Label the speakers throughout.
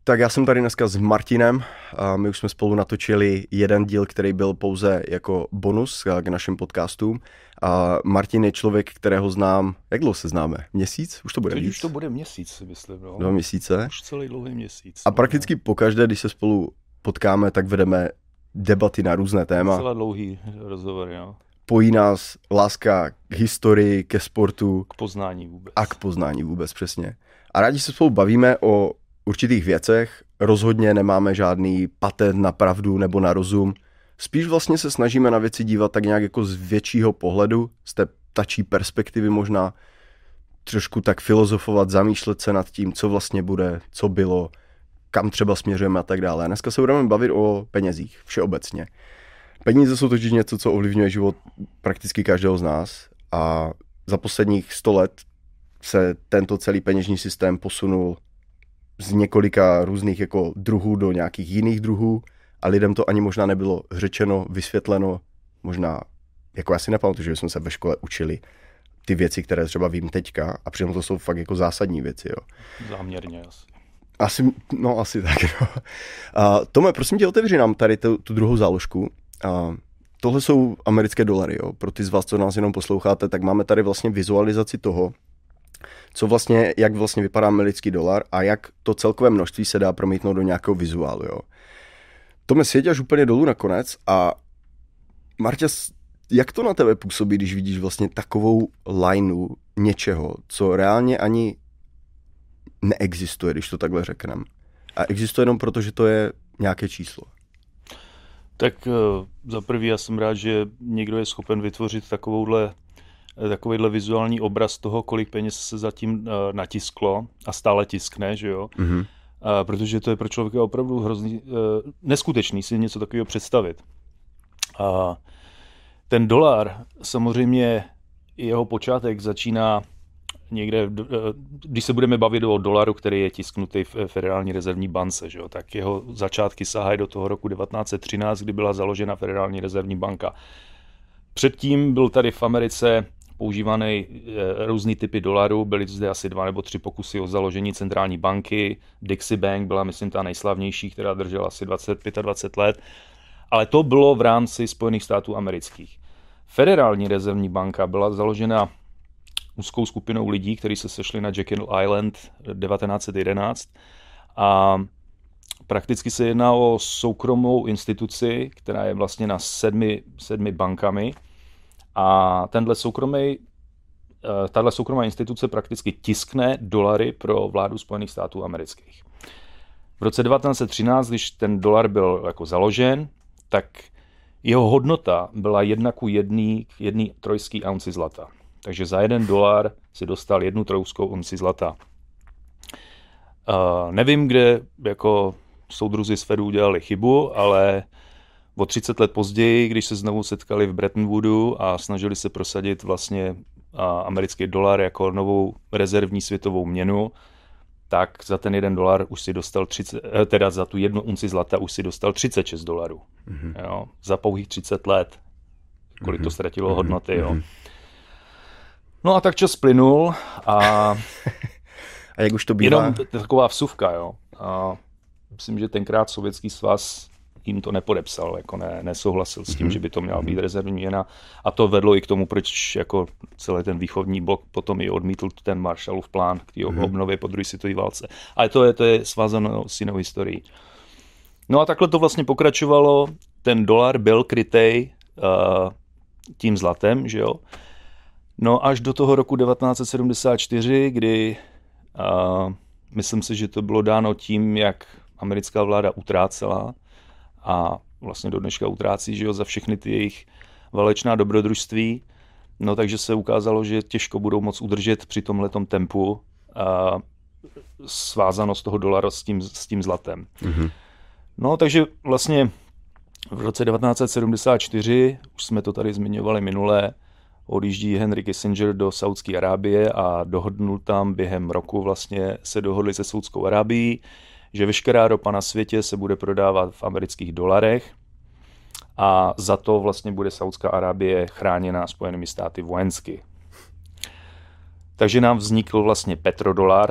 Speaker 1: Tak já jsem tady dneska s Martinem a my už jsme spolu natočili jeden díl, který byl pouze jako bonus k našim podcastům. A Martin je člověk, kterého znám, jak dlouho se známe? Měsíc? Už to bude víc?
Speaker 2: Už to bude měsíc, myslím. No.
Speaker 1: 2 měsíce.
Speaker 2: Už celý dlouhý měsíc.
Speaker 1: A prakticky pokaždé, když se spolu potkáme, tak vedeme debaty na různé téma.
Speaker 2: Celá dlouhý rozhovor, jo.
Speaker 1: Pojí nás láska k historii, ke sportu.
Speaker 2: K poznání vůbec.
Speaker 1: A k poznání vůbec, přesně. A rádi se spolu bavíme o určitých věcech. Rozhodně nemáme žádný patent na pravdu nebo na rozum. Spíš vlastně se snažíme na věci dívat tak nějak jako z většího pohledu, z té ptačí perspektivy možná, trošku tak filozofovat, zamýšlet se nad tím, co vlastně bude, co bylo, kam třeba směřujeme a tak dále. Dneska se budeme bavit o penězích, všeobecně. Peníze jsou totiž něco, co ovlivňuje život prakticky každého z nás a za posledních 100 let se tento celý peněžní systém posunul z několika různých jako druhů do nějakých jiných druhů a lidem to ani možná nebylo řečeno, vysvětleno, možná, jako já si nepamatuju, že jsme se ve škole učili ty věci, které třeba vím teďka a přitom to jsou fakt jako zásadní věci, jo.
Speaker 2: Záměrně asi.
Speaker 1: Asi tak, no. Tome, prosím tě, otevři nám tady tu druhou záložku. Tohle jsou americké dolary, jo. Pro ty z vás, co nás jenom posloucháte, tak máme tady vlastně vizualizaci toho, jak vlastně vypadá americký dolar a jak to celkové množství se dá promítnout do nějakého vizuálu, jo. Tome, sjeď až úplně dolů nakonec a Marťa, jak to na tebe působí, když vidíš vlastně takovou lineu něčeho, co reálně ani neexistuje, když to takhle řekneme. A existuje jenom proto, že to je nějaké číslo.
Speaker 2: Tak za prvý já jsem rád, že někdo je schopen vytvořit takovýhle vizuální obraz toho, kolik peněz se zatím natisklo a stále tiskne, že jo. Mm-hmm. Protože to je pro člověka opravdu hrozný, neskutečný si něco takového představit. A ten dolar, samozřejmě jeho počátek začíná někde, když se budeme bavit o dolaru, který je tisknutý v Federální rezervní bance, že jo, tak jeho začátky sahají do toho roku 1913, kdy byla založena Federální rezervní banka. Předtím byl tady v Americe používaný různý typy dolarů, byly zde asi 2 nebo 3 pokusy o založení centrální banky. Dixie Bank byla, myslím, ta nejslavnější, která držela asi 25 let, ale to bylo v rámci Spojených států amerických. Federální rezervní banka byla založena úzkou skupinou lidí, kteří se sešli na Jekyll Island 1911 a prakticky se jedná o soukromou instituci, která je vlastně na 7 bankami a tahle soukromá instituce prakticky tiskne dolary pro vládu Spojených států amerických. V roce 1913, když ten dolar byl jako založen, tak jeho hodnota byla 1:1 trojský ounci zlata. Takže za $1 si dostal 1 trojskou unci zlata. Nevím, kde jako soudruzi z Fedu udělali chybu, ale o 30 let později, když se znovu setkali v Bretton Woodu a snažili se prosadit vlastně americký dolar jako novou rezervní světovou měnu, tak za ten $1 už si dostal za tu 1 unci zlata už si dostal $36. Mm-hmm. Jo, za pouhých 30 let. Kolik to ztratilo hodnoty, jo. No a tak čas plynul a
Speaker 1: a jak už to bývá?
Speaker 2: Jenom taková vsuvka, jo. A myslím, že tenkrát Sovětský svaz jim to nepodepsal, jako nesouhlasil s tím, že by to měla být rezervní měna. A to vedlo i k tomu, proč jako celý ten východní blok potom i odmítl ten Marshallův plán k té obnově po druhé světové válce. Ale to je svázáno s jinou historií. No a takhle to vlastně pokračovalo. Ten dolar byl krytej tím zlatem, že jo. No až do toho roku 1974, kdy myslím si, že to bylo dáno tím, jak americká vláda utrácela a vlastně do dneška utrácí, že jo, za všechny ty jejich válečná dobrodružství. No takže se ukázalo, že těžko budou moc udržet při tomhletom tempu svázanost toho dolara s tím zlatem. Mm-hmm. No takže vlastně v roce 1974, už jsme to tady zmiňovali minule, odjíždí Henry Kissinger do Saúdské Arábie a dohodnul tam během roku vlastně se dohodli se Saúdskou Arábií, že veškerá ropa na světě se bude prodávat v amerických dolarech a za to vlastně bude Saúdská Arábie chráněna Spojenými státy vojensky. Takže nám vznikl vlastně petrodolar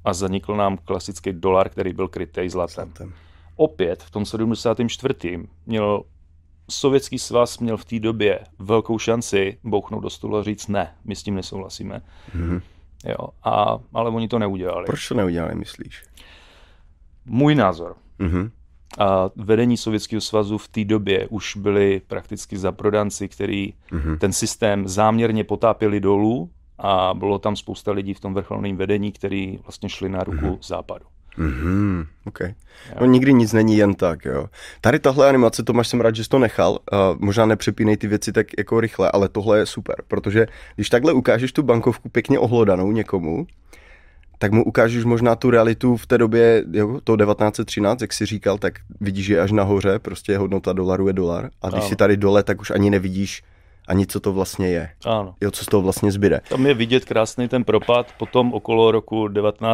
Speaker 2: a zanikl nám klasický dolar, který byl krytej zlatem. Opět v tom 74. měl Sovětský svaz měl v té době velkou šanci bouchnout do stolu a říct ne, my s tím nesouhlasíme. Jo, ale oni to neudělali.
Speaker 1: Proč to neudělali, myslíš?
Speaker 2: Můj názor. A vedení Sovětského svazu v té době už byli prakticky zaprodanci, který ten systém záměrně potápěli dolů a bylo tam spousta lidí v tom vrcholném vedení, který vlastně šli na ruku západu.
Speaker 1: Okay. No nikdy nic není jen tak, jo. Tady tahle animace, Tomáš, jsem rád, že jsi to nechal. Možná nepřepínej ty věci tak jako rychle, ale tohle je super, protože když takhle ukážeš tu bankovku pěkně ohlodanou někomu, tak mu ukážeš možná tu realitu v té době, jo, to 1913, jak jsi říkal, tak vidíš, že až nahoře, prostě hodnota dolaru je dolar. A když si tady dole, tak už ani nevidíš ani co to vlastně je.
Speaker 2: Ano.
Speaker 1: Jo, co z toho vlastně zbyde.
Speaker 2: Tam je vidět krásný ten propad, potom okolo roku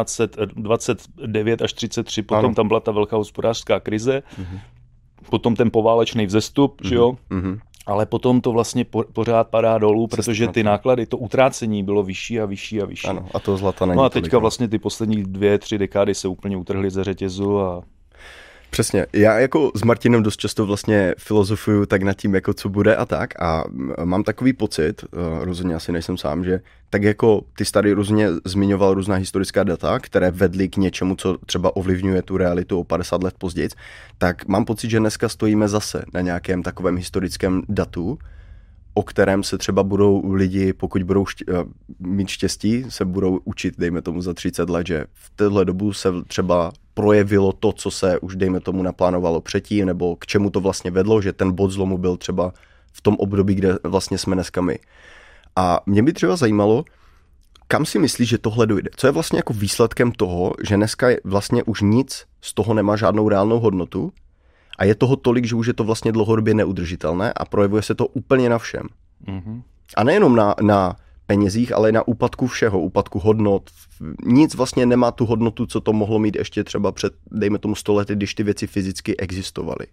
Speaker 2: 1929 až 33, potom tam byla ta velká hospodářská krize, potom ten poválečný vzestup, že jo? Ale potom to vlastně pořád padá dolů, protože ty náklady, to utrácení bylo vyšší a vyšší a vyšší.
Speaker 1: Ano, a to zlata není.
Speaker 2: No a teďka vlastně ty poslední 2-3 dekády se úplně utrhly ze řetězu a...
Speaker 1: Přesně. Já jako s Martinem dost často vlastně filozofuju tak nad tím, jako co bude a tak, a mám takový pocit, rozhodně asi nejsem sám, že tak jako ty jsi tady různě zmiňoval různá historická data, které vedly k něčemu, co třeba ovlivňuje tu realitu o 50 let později, tak mám pocit, že dneska stojíme zase na nějakém takovém historickém datu, o kterém se třeba budou lidi, pokud budou mít štěstí, se budou učit, dejme tomu za 30 let, že v téhle dobu se třeba projevilo to, co se už, dejme tomu, naplánovalo předtím, nebo k čemu to vlastně vedlo, že ten bod zlomu byl třeba v tom období, kde vlastně jsme dneska my. A mě by třeba zajímalo, kam si myslíš, že tohle dojde? Co je vlastně jako výsledkem toho, že dneska vlastně už nic z toho nemá žádnou reálnou hodnotu a je toho tolik, že už je to vlastně dlouhodobě neudržitelné a projevuje se to úplně na všem. A nejenom na penězích, ale na úpadku všeho, úpadku hodnot. Nic vlastně nemá tu hodnotu, co to mohlo mít ještě třeba před, dejme tomu 100 lety, když ty věci fyzicky existovaly.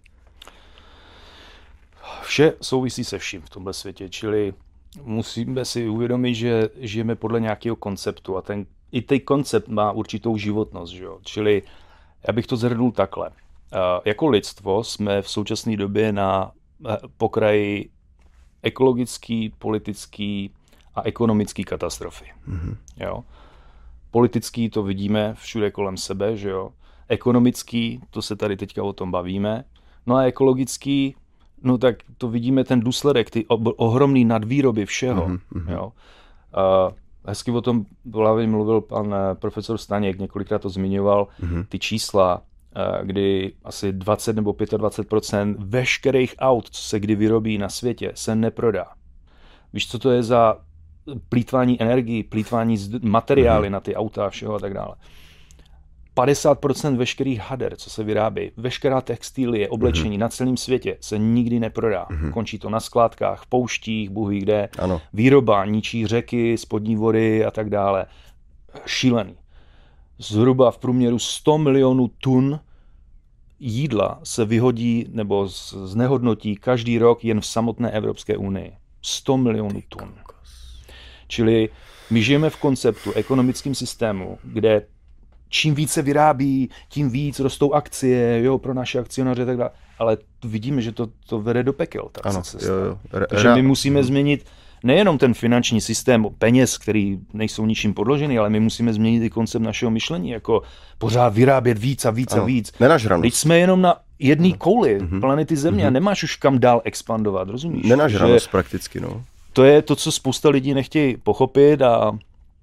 Speaker 2: Vše souvisí se vším v tomhle světě, čili musíme si uvědomit, že žijeme podle nějakého konceptu a ten koncept má určitou životnost. Že jo? Čili já bych to zhrnul takhle. Jako lidstvo jsme v současné době na pokraji ekologický, politický a ekonomický katastrofy. Jo? Politický to vidíme všude kolem sebe, že jo? Ekonomický, to se tady teďka o tom bavíme. No a ekologický, no tak to vidíme ten důsledek, ty ohromný nadvýroby všeho. Jo? Hezky o tom mluvil pan profesor Staněk, několikrát to zmiňoval, ty čísla, kdy asi 20 nebo 25% veškerých aut, co se kdy vyrobí na světě, se neprodá. Víš, co to je za plýtvání energii, plýtvání materiály na ty auta, všeho a tak dále. 50% veškerých hader, co se vyrábí, veškerá textilie, oblečení na celém světě se nikdy neprodá. Končí to na skládkách, v pouštích, bůh ví kde.
Speaker 1: Ano.
Speaker 2: Výroba ničí řeky, spodní vody a tak dále. Šílený. Zhruba v průměru 100 milionů tun jídla se vyhodí nebo znehodnotí každý rok jen v samotné Evropské unii. 100 milionů tun. Čili my žijeme v konceptu, ekonomickém systému, kde čím více vyrábí, tím víc rostou akcie, jo, pro naše akcionáře a tak dále. Ale vidíme, že to vede do pekel.
Speaker 1: Ano, jo.
Speaker 2: Takže my musíme změnit nejenom ten finanční systém peněz, který nejsou ničím podložený, ale my musíme změnit i koncept našeho myšlení, jako pořád vyrábět víc a víc a víc.
Speaker 1: Nenažranost.
Speaker 2: Teď jsme jenom na jedné kouli planety Země a nemáš už kam dál expandovat, rozumíš?
Speaker 1: Nenažranost prakticky, no.
Speaker 2: To je to, co spousta lidí nechtějí pochopit a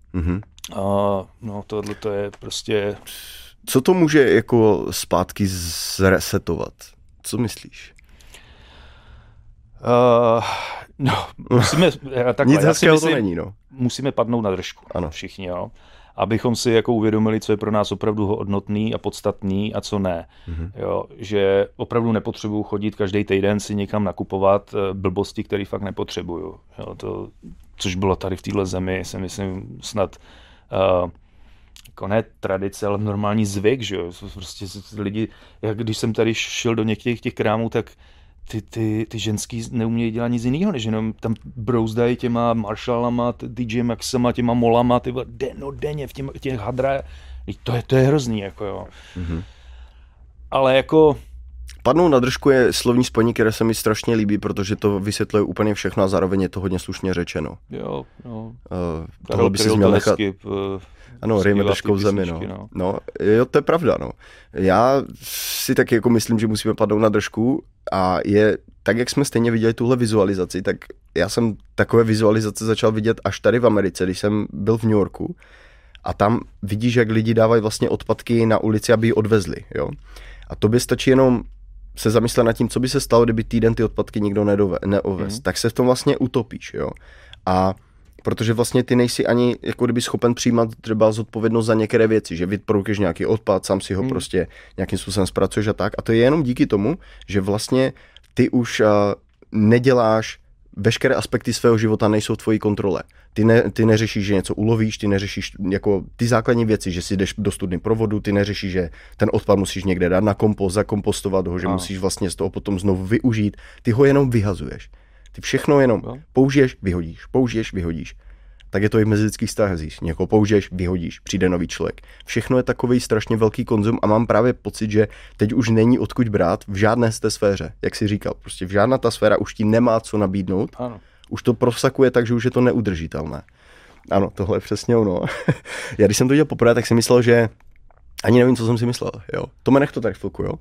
Speaker 2: no tohle to je prostě...
Speaker 1: Co to může jako zpátky zresetovat? Co myslíš?
Speaker 2: No, musíme... Takhle,
Speaker 1: Nic hezkého to není, no.
Speaker 2: Musíme padnout na držku.
Speaker 1: Ano.
Speaker 2: Všichni, jo. Abychom si jako uvědomili, co je pro nás opravdu hodnotný a podstatný a co ne. Jo, že opravdu nepotřebuju chodit každý týden si někam nakupovat blbosti, které fakt nepotřebuju. Jo, což bylo tady v téhle zemi, si myslím, snad jako ne tradice, ale normální zvyk, že jo. Prostě lidi, když jsem tady šel do některých těch krámů, tak ty ženský neumějí dělat nic jiného, než jenom tam brouzdají těma Marshallama, DJ Maxama, těma molama, denně v těch hadra To je hrozný, jako jo. Ale jako...
Speaker 1: Padnout na držku je slovní spojení, které se mi strašně líbí, protože to vysvětluje úplně všechno a zároveň je to hodně slušně řečeno.
Speaker 2: Jo.
Speaker 1: Tohle by si měl nechat... Ano, rejme držkou v zemi, no. Jo, to je pravda, no. Já si taky jako myslím, že musíme padnout na držku a je, tak jak jsme stejně viděli tuhle vizualizaci, tak já jsem takové vizualizace začal vidět až tady v Americe, když jsem byl v New Yorku a tam vidíš, jak lidi dávají vlastně odpadky na ulici, aby ji odvezli, jo. A to by stačí jenom se zamyslet nad tím, co by se stalo, kdyby týden ty odpadky nikdo neovez. Tak se v tom vlastně utopíš, jo. A protože vlastně ty nejsi ani jako kdyby schopen přijímat třeba zodpovědnost za některé věci, že vyprodukuješ nějaký odpad, sám si ho prostě nějakým způsobem zpracuješ a tak. A to je jenom díky tomu, že vlastně ty už neděláš, veškeré aspekty svého života nejsou v tvojí kontrole. Ty neřešíš, že něco ulovíš, ty neřešíš jako ty základní věci, že si jdeš do studny pro vodu, ty neřešíš, že ten odpad musíš někde dát na kompost, zakompostovat ho, že musíš vlastně z toho potom znovu využít. Ty ho jenom vyhazuješ. Ty všechno jenom použiješ, vyhodíš. Tak je to i v mezilidských vztazích. Někoho použiješ, vyhodíš, přijde nový člověk. Všechno je takový strašně velký konzum a mám právě pocit, že teď už není odkud brát v žádné z té sféře, jak jsi říkal. Prostě v žádná ta sféra už ti nemá co nabídnout.
Speaker 2: Ano.
Speaker 1: Už to prosakuje tak, že už je to neudržitelné. Ano, tohle je přesně ono. Já když jsem to dělal poprvé, tak jsem myslel, že ani nevím, co jsem si myslel. Jo. To mě nech to tady chvilku, jo.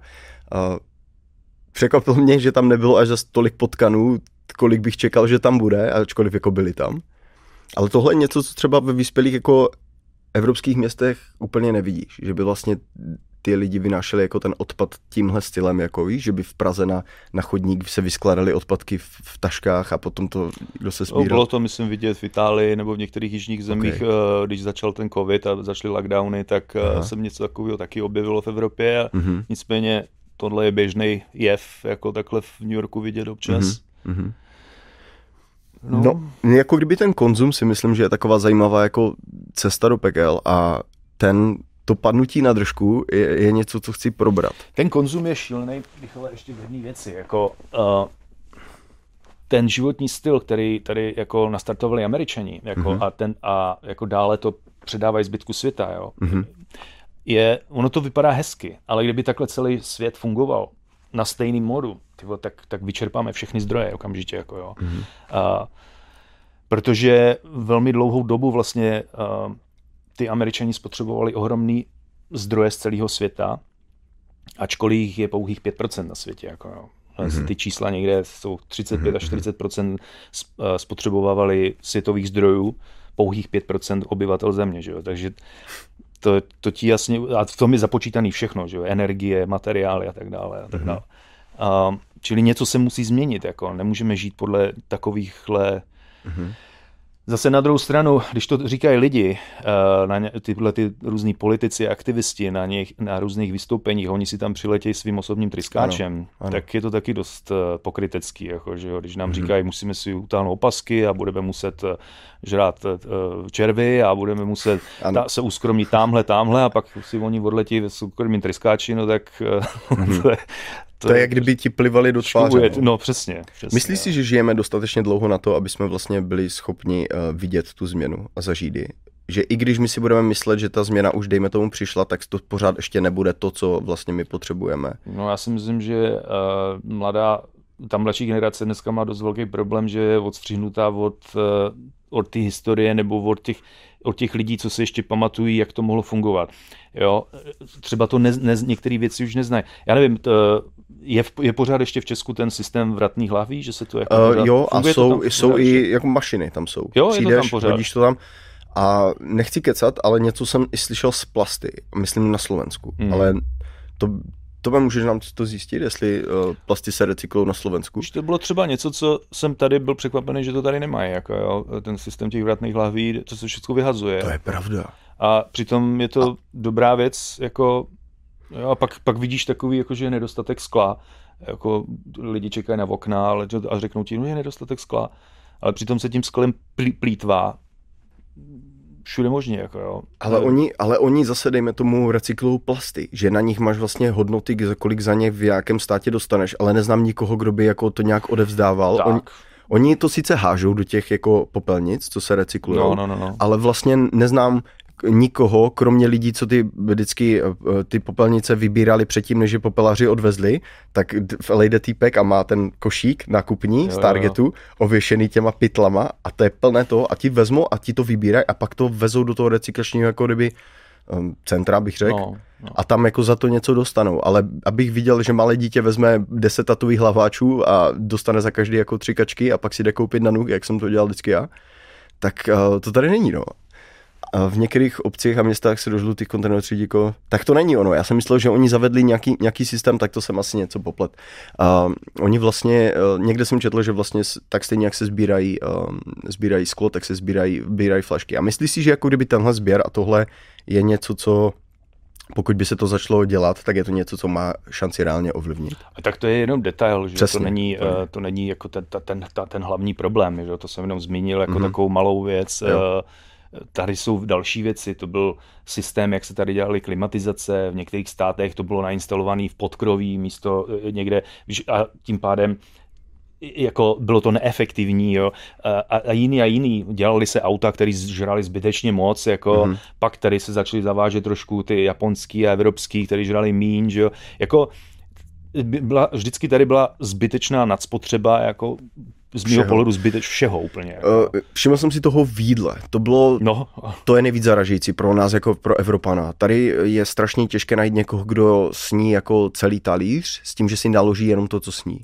Speaker 1: Překvapilo mě, že tam nebylo až za tolik potkanů, kolik bych čekal, že tam bude, ačkoliv jako byli tam. Ale tohle je něco, co třeba ve vyspělých jako evropských městech úplně nevidíš. Že by vlastně ty lidi vynášeli jako ten odpad tímhle stylem, jako víš, že by v Praze na chodník se vyskládali odpadky v taškách a potom to kdo se sbíral.
Speaker 2: Bylo to, myslím, vidět v Itálii nebo v některých jižních zemích, když začal ten covid a začaly lockdowny, tak jsem něco takového taky objevilo v Evropě a nicméně tohle je běžný jev, jako takhle v New Yorku vidět občas.
Speaker 1: No, jako kdyby ten konzum si myslím, že je taková zajímavá jako cesta do pekel a to padnutí na držku je něco, co chci probrat.
Speaker 2: Ten konzum je šílený, ale ještě v jedné věci, jako ten životní styl, který tady jako nastartovali Američani, jako a jako dále to předávají zbytku světa, jo. Ono to vypadá hezky, ale kdyby takhle celý svět fungoval na stejným modu, tak vyčerpáme všechny zdroje okamžitě, jako jo. Protože velmi dlouhou dobu vlastně ty Američani spotřebovali ohromný zdroje z celého světa, ačkoliv jich je pouhých 5% na světě, jako jo. Ty čísla někde jsou 35 až 40% spotřebovali světových zdrojů, pouhých 5% obyvatel země, že jo. Takže to ti jasně, a v tom je započítaný všechno, že jo, energie, materiály a tak dále. A tak dále. Čili něco se musí změnit, jako nemůžeme žít podle takovýchhle. Zase na druhou stranu, když to říkají lidi, tyhle ty různý politici, aktivisti na různých vystoupeních, oni si tam přiletějí svým osobním tryskáčem, ano. Tak je to taky dost pokrytecký, jako, že jo? Když nám říkají, musíme si utáhnout opasky a budeme muset žrát červy a budeme muset se uskromnit tamhle a pak si oni odletí ve soukromým tryskáči, no tak
Speaker 1: to je, jak kdyby ti plivali do tváře.
Speaker 2: No přesně.
Speaker 1: Myslíš si, že žijeme dostatečně dlouho na to, aby jsme vlastně byli schopni vidět tu změnu a zažít ji? Že i když my si budeme myslet, že ta změna už dejme tomu přišla, tak to pořád ještě nebude to, co vlastně my potřebujeme.
Speaker 2: No já si myslím, že ta mladší generace dneska má dost velký problém, že je odstřihnutá od té historie nebo od těch lidí, co se ještě pamatují, jak to mohlo fungovat. Jo? Třeba to některé věci už neznají. Já nevím, je pořád ještě v Česku ten systém vratných hlaví, že se to jako
Speaker 1: jo, a jsou i jako mašiny tam jsou.
Speaker 2: Jo, přijdeš, je to tam pořád.
Speaker 1: Hodíš to tam a nechci kecat, ale něco jsem i slyšel z plasty, myslím na Slovensku, ale to můžeš nám to zjistit, jestli plasty se recyklují na Slovensku?
Speaker 2: Už to bylo třeba něco, co jsem tady byl překvapený, že to tady nemají, jako jo, ten systém těch vratných lahví, to se všechno vyhazuje.
Speaker 1: To je pravda.
Speaker 2: A přitom je to dobrá věc, jako, jo, a pak vidíš takový, jako, že je nedostatek skla, jako lidi čekají na okna a řeknou ti, no je nedostatek skla, ale přitom se tím sklem plýtvá všude možně, jako jo.
Speaker 1: Ale oni zase, dejme tomu, recyklují plasty, že na nich máš vlastně hodnoty, kolik za ně v jakém státě dostaneš, ale neznám nikoho, kdo by jako to nějak odevzdával. Oni to sice hážou do těch jako popelnic, co se recyklují,
Speaker 2: no.
Speaker 1: ale vlastně neznám nikoho, kromě lidí, co vždycky ty popelnice vybírali předtím, než je popelaři odvezli, tak v LA jde týpek a má ten košík nákupní z Targetu ověšený těma pytlama a to je plné toho a ti vezmou a ti to vybírají a pak to vezou do toho recyklačního jako kdyby centra, bych řekl. No. A tam jako za to něco dostanou. Ale abych viděl, že malé dítě vezme 10 tatových hlaváčů a dostane za každý jako 3 kačky a pak si jde koupit na nuk, jak jsem to dělal vždycky já, tak to tady není, no. A v některých obcích a městách se do žlutých kontejnerů třídí, tak to není ono. Já jsem myslel, že oni zavedli nějaký systém, tak to jsem asi něco poplet. Oni vlastně, někde jsem četl, že vlastně tak stejně, jak se sbírají sklo, tak se sbírají flašky. A myslíš si, že jako kdyby tenhle sběr a tohle je něco, co pokud by se to začalo dělat, tak je to něco, co má šanci reálně ovlivnit. A
Speaker 2: tak to je jenom detail, že přesně, to není jako ten hlavní problém, že to jsem jenom zmínil jako takovou malou věc. Tady jsou další věci, to byl systém, jak se tady dělaly klimatizace, v některých státech to bylo nainstalované v podkroví místo někde a tím pádem jako bylo to neefektivní, jo. A jiný. Dělali se auta, které žrali zbytečně moc, jako pak tady se začaly zavážet trošku ty japonský a evropský, které žrali míň, že jo. Jako vždycky tady byla zbytečná nadspotřeba, jako z mého pohledu všeho úplně. Jako.
Speaker 1: Všiml jsem si toho v jídle. To je nejvíc zaražející pro nás, jako pro Evropana. Tady je strašně těžké najít někoho, kdo sní jako celý talíř, s tím, že si naloží jenom to, co sní.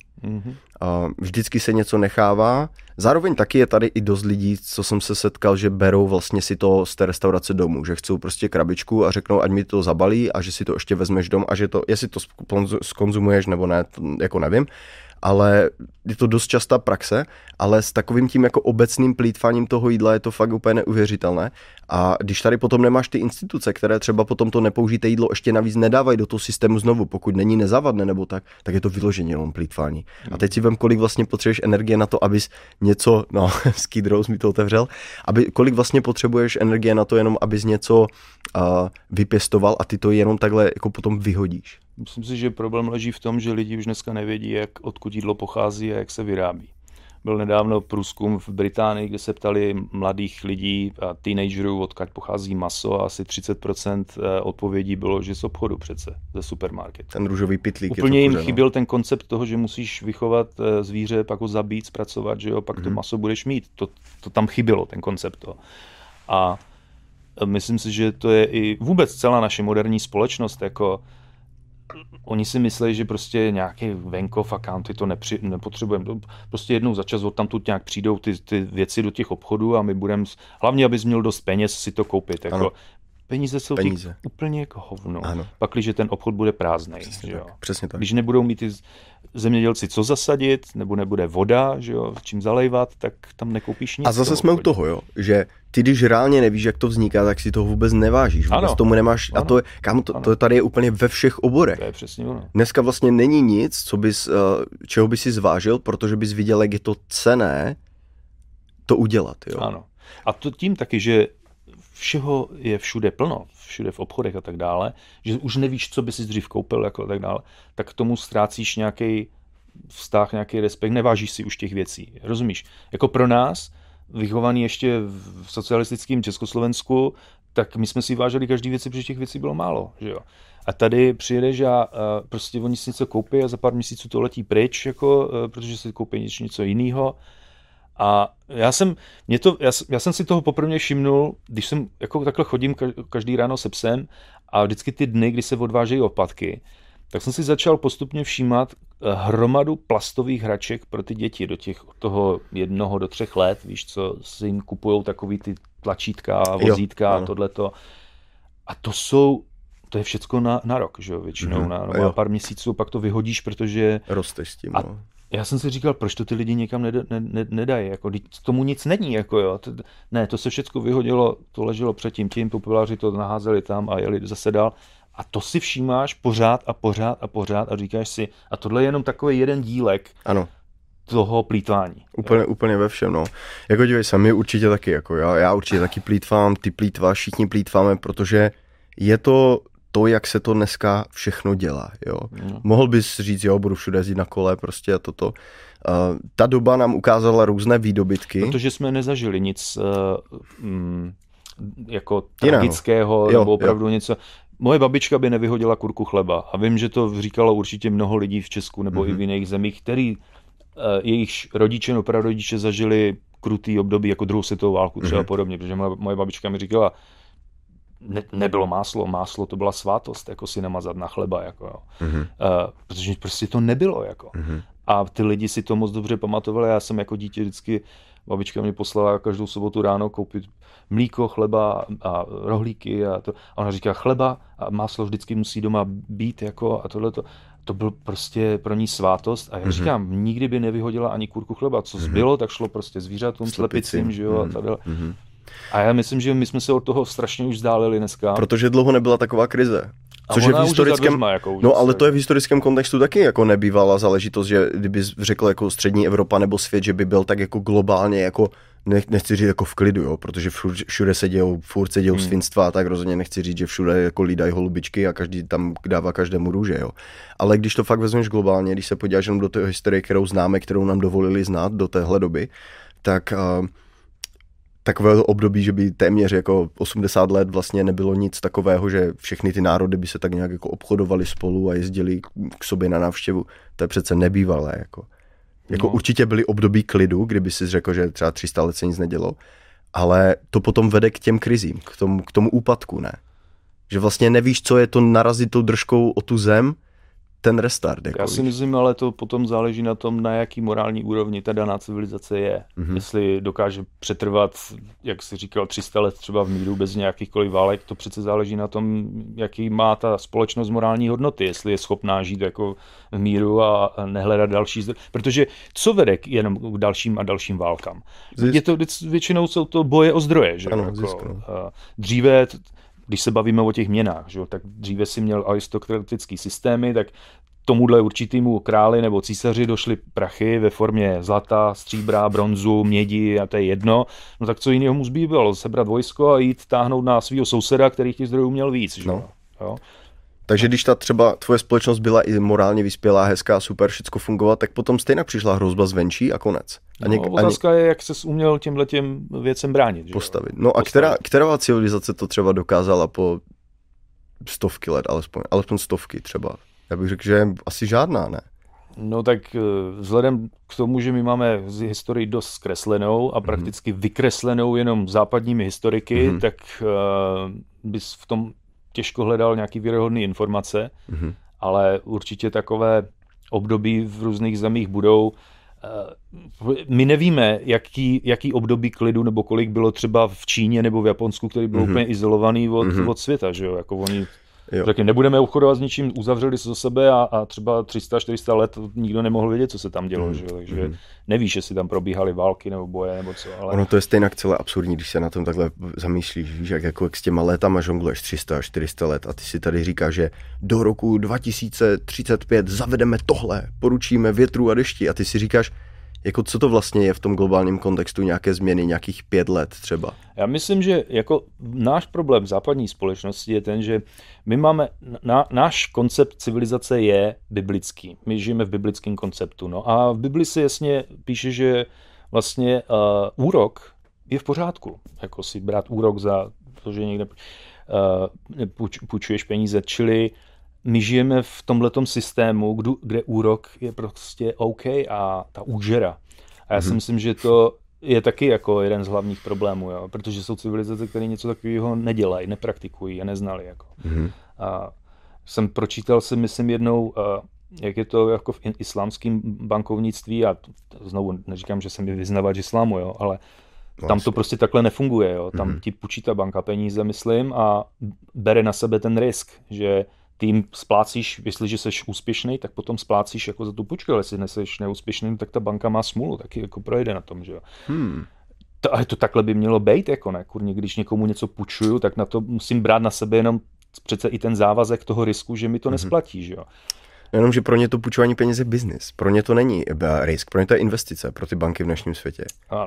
Speaker 1: Vždycky se něco nechává. Zároveň taky je tady i dost lidí, co jsem se setkal, že berou vlastně si to z té restaurace domů, že chcou prostě krabičku a řeknou, ať mi to zabalí a že si to ještě vezmeš dom a že to, jestli to skonzumuješ nebo ne, to jako nevím. Ale je to dost častá praxe, ale s takovým tím jako obecným plýtváním toho jídla je to fakt úplně neuvěřitelné. A když tady potom nemáš ty instituce, které třeba potom to nepoužité jídlo ještě navíc nedávají do toho systému znovu, pokud není nezávadné nebo tak je to vyloženě jenom plýtvání. A teď si vem, kolik vlastně potřebuješ energie na to, abys něco, Skid Row mi to otevřel, kolik vlastně potřebuješ energie na to jenom, abys něco vypěstoval a ty to jenom takhle jako potom vyhodíš.
Speaker 2: Myslím si, že problém leží v tom, že lidi už dneska nevědí, odkud jídlo pochází a jak se vyrábí. Byl nedávno průzkum v Británii, kde se ptali mladých lidí a teenagerů, odkud pochází maso a asi 30% odpovědí bylo, že z obchodu přece, ze supermarketu.
Speaker 1: Ten růžový pytlík.
Speaker 2: Úplně jim chyběl ten koncept toho, že musíš vychovat zvíře, pak ho zabít, zpracovat, že jo, pak to maso budeš mít. To tam chybělo, ten koncept toho. A myslím si, že to je i vůbec celá naše moderní společnost, jako oni si myslí, že prostě nějaký venkov a county to nepotřebujeme. Prostě jednou za čas odtamtud nějak přijdou ty věci do těch obchodů a my budeme, hlavně abys měl dost peněz si to koupit. Jako, peníze jsou úplně jako hovno. Pakliže ten obchod bude prázdnej.
Speaker 1: Přesně tak.
Speaker 2: Když nebudou mít ty zemědělci co zasadit, nebo nebude voda, že jo, čím zalejvat, tak tam nekoupíš nic.
Speaker 1: A zase jsme u toho, jo, že ty, když reálně nevíš, jak to vzniká, tak si toho vůbec nevážíš. Vůbec tomu nemáš. A to tady je úplně ve všech oborech.
Speaker 2: To je přesně ono.
Speaker 1: Dneska vlastně není nic, čeho by si zvážil, protože bys viděl, jak je to cenné to udělat. Jo.
Speaker 2: Ano. A to tím taky, že všeho je všude plno, všude v obchodech a tak dále, že už nevíš, co by si dřív koupil jako a tak dále, tak k tomu ztrácíš nějaký vztah, nějaký respekt, nevážíš si už těch věcí. Rozumíš? Jako pro nás, vychovaný ještě v socialistickém Československu, tak my jsme si vážili každý věci, protože těch věcí bylo málo. Že jo? A tady přijedeš a prostě oni si něco koupí a za pár měsíců to letí pryč, jako, protože si koupí něco jiného. A já jsem si toho poprvé všimnul, když jsem jako takhle chodím každý ráno se psem a vždycky ty dny, kdy se odvážejí odpadky, tak jsem si začal postupně všímat hromadu plastových hraček pro ty děti do toho 1 do 3 let, víš co, si jim kupujou takový ty tlačítka, vozítka a tohleto. A to je všecko na rok, že jo, většinou na pár měsíců, pak to vyhodíš, protože
Speaker 1: rosteš s tím,
Speaker 2: já jsem si říkal, proč to ty lidi někam nedají, jako tomu nic není, jako jo. To se všecko vyhodilo, to leželo předtím, populáři to naházeli tam a jeli zase dál. A to si všímáš pořád a říkáš si, a tohle je jenom takový jeden dílek toho plýtvání.
Speaker 1: Úplně ve všem, no. Jako dívej se, my určitě taky, jako já určitě taky plýtvám, ty plýtváš, všichni plýtváme, protože je to, jak se to dneska všechno dělá, jo. Mohl bys říct, budu všude jezdit na kole, prostě a toto. Ta doba nám ukázala různé výdobytky.
Speaker 2: Protože jsme nezažili nic jako tragického,
Speaker 1: jo,
Speaker 2: nebo opravdu něco. Moje babička by nevyhodila kurku chleba a vím, že to říkalo určitě mnoho lidí v Česku nebo i v jiných zemích, který jejichž rodiče nebo prarodiče zažili krutý období jako druhou světovou válku třeba podobně, protože moje babička mi říkala, nebylo máslo to byla svátost, jako si namazat na chleba, jako jo. Protože prostě to nebylo, jako. A ty lidi si to moc dobře pamatovali, já jsem jako dítě vždycky, babička mě poslala každou sobotu ráno koupit mlíko, chleba a rohlíky a ona říká chleba a máslo vždycky musí doma být, jako a tohleto. To byl prostě pro ní svátost a já říkám, nikdy by nevyhodila ani kurku chleba, co zbylo, tak šlo prostě zvířatům, slepicím, že jo, a tady. A já myslím, že my jsme se od toho strašně už vzdálili dneska.
Speaker 1: Protože dlouho nebyla taková krize. Což je v historickém,
Speaker 2: jako
Speaker 1: no ale to je v historickém kontextu taky jako nebývalá záležitost, že kdyby řekl jako střední Evropa nebo svět, že by byl tak jako globálně jako, nechci říct jako v klidu, jo, protože všude se dějou, furt se dějou svinstva, tak rozhodně nechci říct, že všude jako lídají holubičky a každý tam dává každému růže, jo. Ale když to fakt vezmeš globálně, když se podíváš jenom do té historie, kterou známe, kterou nám dovolili znát do téhle doby, tak takové období, že by téměř jako 80 let vlastně nebylo nic takového, že všechny ty národy by se tak nějak jako obchodovali spolu a jezdili k sobě na návštěvu. To je přece nebývalé. Jako určitě byly období klidu, kdyby si řekl, že třeba 300 let se nic nedělo, ale to potom vede k těm krizím, k tomu úpadku, ne? Že vlastně nevíš, co je to narazit tou držkou o tu zem, ten restart. Jako
Speaker 2: já si myslím, ale to potom záleží na tom, na jaký morální úrovni ta daná civilizace je. Jestli dokáže přetrvat, jak jsi říkal, 300 let třeba v míru bez nějakýchkoliv válek, to přece záleží na tom, jaký má ta společnost morální hodnoty, jestli je schopná žít jako v míru a nehledat další protože co vede jenom k dalším a dalším válkám? Je to, většinou jsou to boje o zdroje, že?
Speaker 1: Ano,
Speaker 2: dříve, když se bavíme o těch měnách, že? Tak dříve si měl aristokratický systémy, tak tomuhle určitýmu králi nebo císaři došly prachy ve formě zlata, stříbra, bronzu, mědi a to je jedno. No tak co jiného mu zbývalo? Sebrat vojsko a jít táhnout na svého souseda, který těch zdrojů měl víc. Že?
Speaker 1: No. Jo? Takže když ta třeba tvoje společnost byla i morálně vyspělá, hezká, super, všecko fungovat, tak potom stejně přišla hrozba zvenčí a konec.
Speaker 2: Otázka je, jak ses uměl těmhletěm věcem bránit. Že?
Speaker 1: Postavit. No a která civilizace to třeba dokázala po stovky let, alespoň stovky třeba? Já bych řekl, že asi žádná, ne?
Speaker 2: No tak vzhledem k tomu, že my máme historii dost zkreslenou a prakticky vykreslenou jenom západními historiky, tak bys v tom těžko hledal nějaký věrohodný informace, ale určitě takové období v různých zemích budou. My nevíme, jaký období klidu nebo kolik bylo třeba v Číně nebo v Japonsku, který byl úplně izolovaný od světa, že jo? Jako oni řekli, nebudeme obchodovat s ničím, uzavřeli se do sebe a třeba 300-400 let nikdo nemohl vědět, co se tam dělo, že? Takže nevíš, jestli tam probíhaly války nebo boje nebo co. Ale...
Speaker 1: Ono to je stejně celé absurdní, když se na tom takhle zamýšlíš, víš, jak s těma létama žongluješ 300-400 let a ty si tady říkáš, že do roku 2035 zavedeme tohle, poručíme větru a dešti a ty si říkáš, jako co to vlastně je v tom globálním kontextu, nějaké změny, nějakých 5 let třeba?
Speaker 2: Já myslím, že jako náš problém v západní společnosti je ten, že my máme, náš koncept civilizace je biblický. My žijeme v biblickém konceptu. No a v Bibli se jasně píše, že vlastně úrok je v pořádku. Jako si brát úrok za to, že někde půjčuješ peníze, čili my žijeme v tomhletom systému, kde úrok je prostě OK a ta úžera. A já si myslím, že to je taky jako jeden z hlavních problémů, jo? Protože jsou civilizace, které něco takového nedělají, nepraktikují a neznali. Jako. A jsem pročítal si, myslím, jednou, jak je to jako v islámském bankovnictví a znovu neříkám, že jsem vyznavač islámu, jo? Ale tam to prostě takhle nefunguje. Jo? Tam ti půjčí ta banka peníze, myslím, a bere na sebe ten risk, že ty jim splácíš, jestliže jsi úspěšný, tak potom splácíš jako za tu půjčku, ale jestli nejseš neúspěšný, tak ta banka má smůlu, taky jako projde na tom, že jo. Ale to takhle by mělo být, jako ne, kurně, když někomu něco půjčuju, tak na to musím brát na sebe jenom přece i ten závazek toho risku, že mi to nesplatí, že jo.
Speaker 1: Jenomže pro ně to půjčování peněz je biznis, pro ně to není risk, pro ně to je investice, pro ty banky v dnešním světě.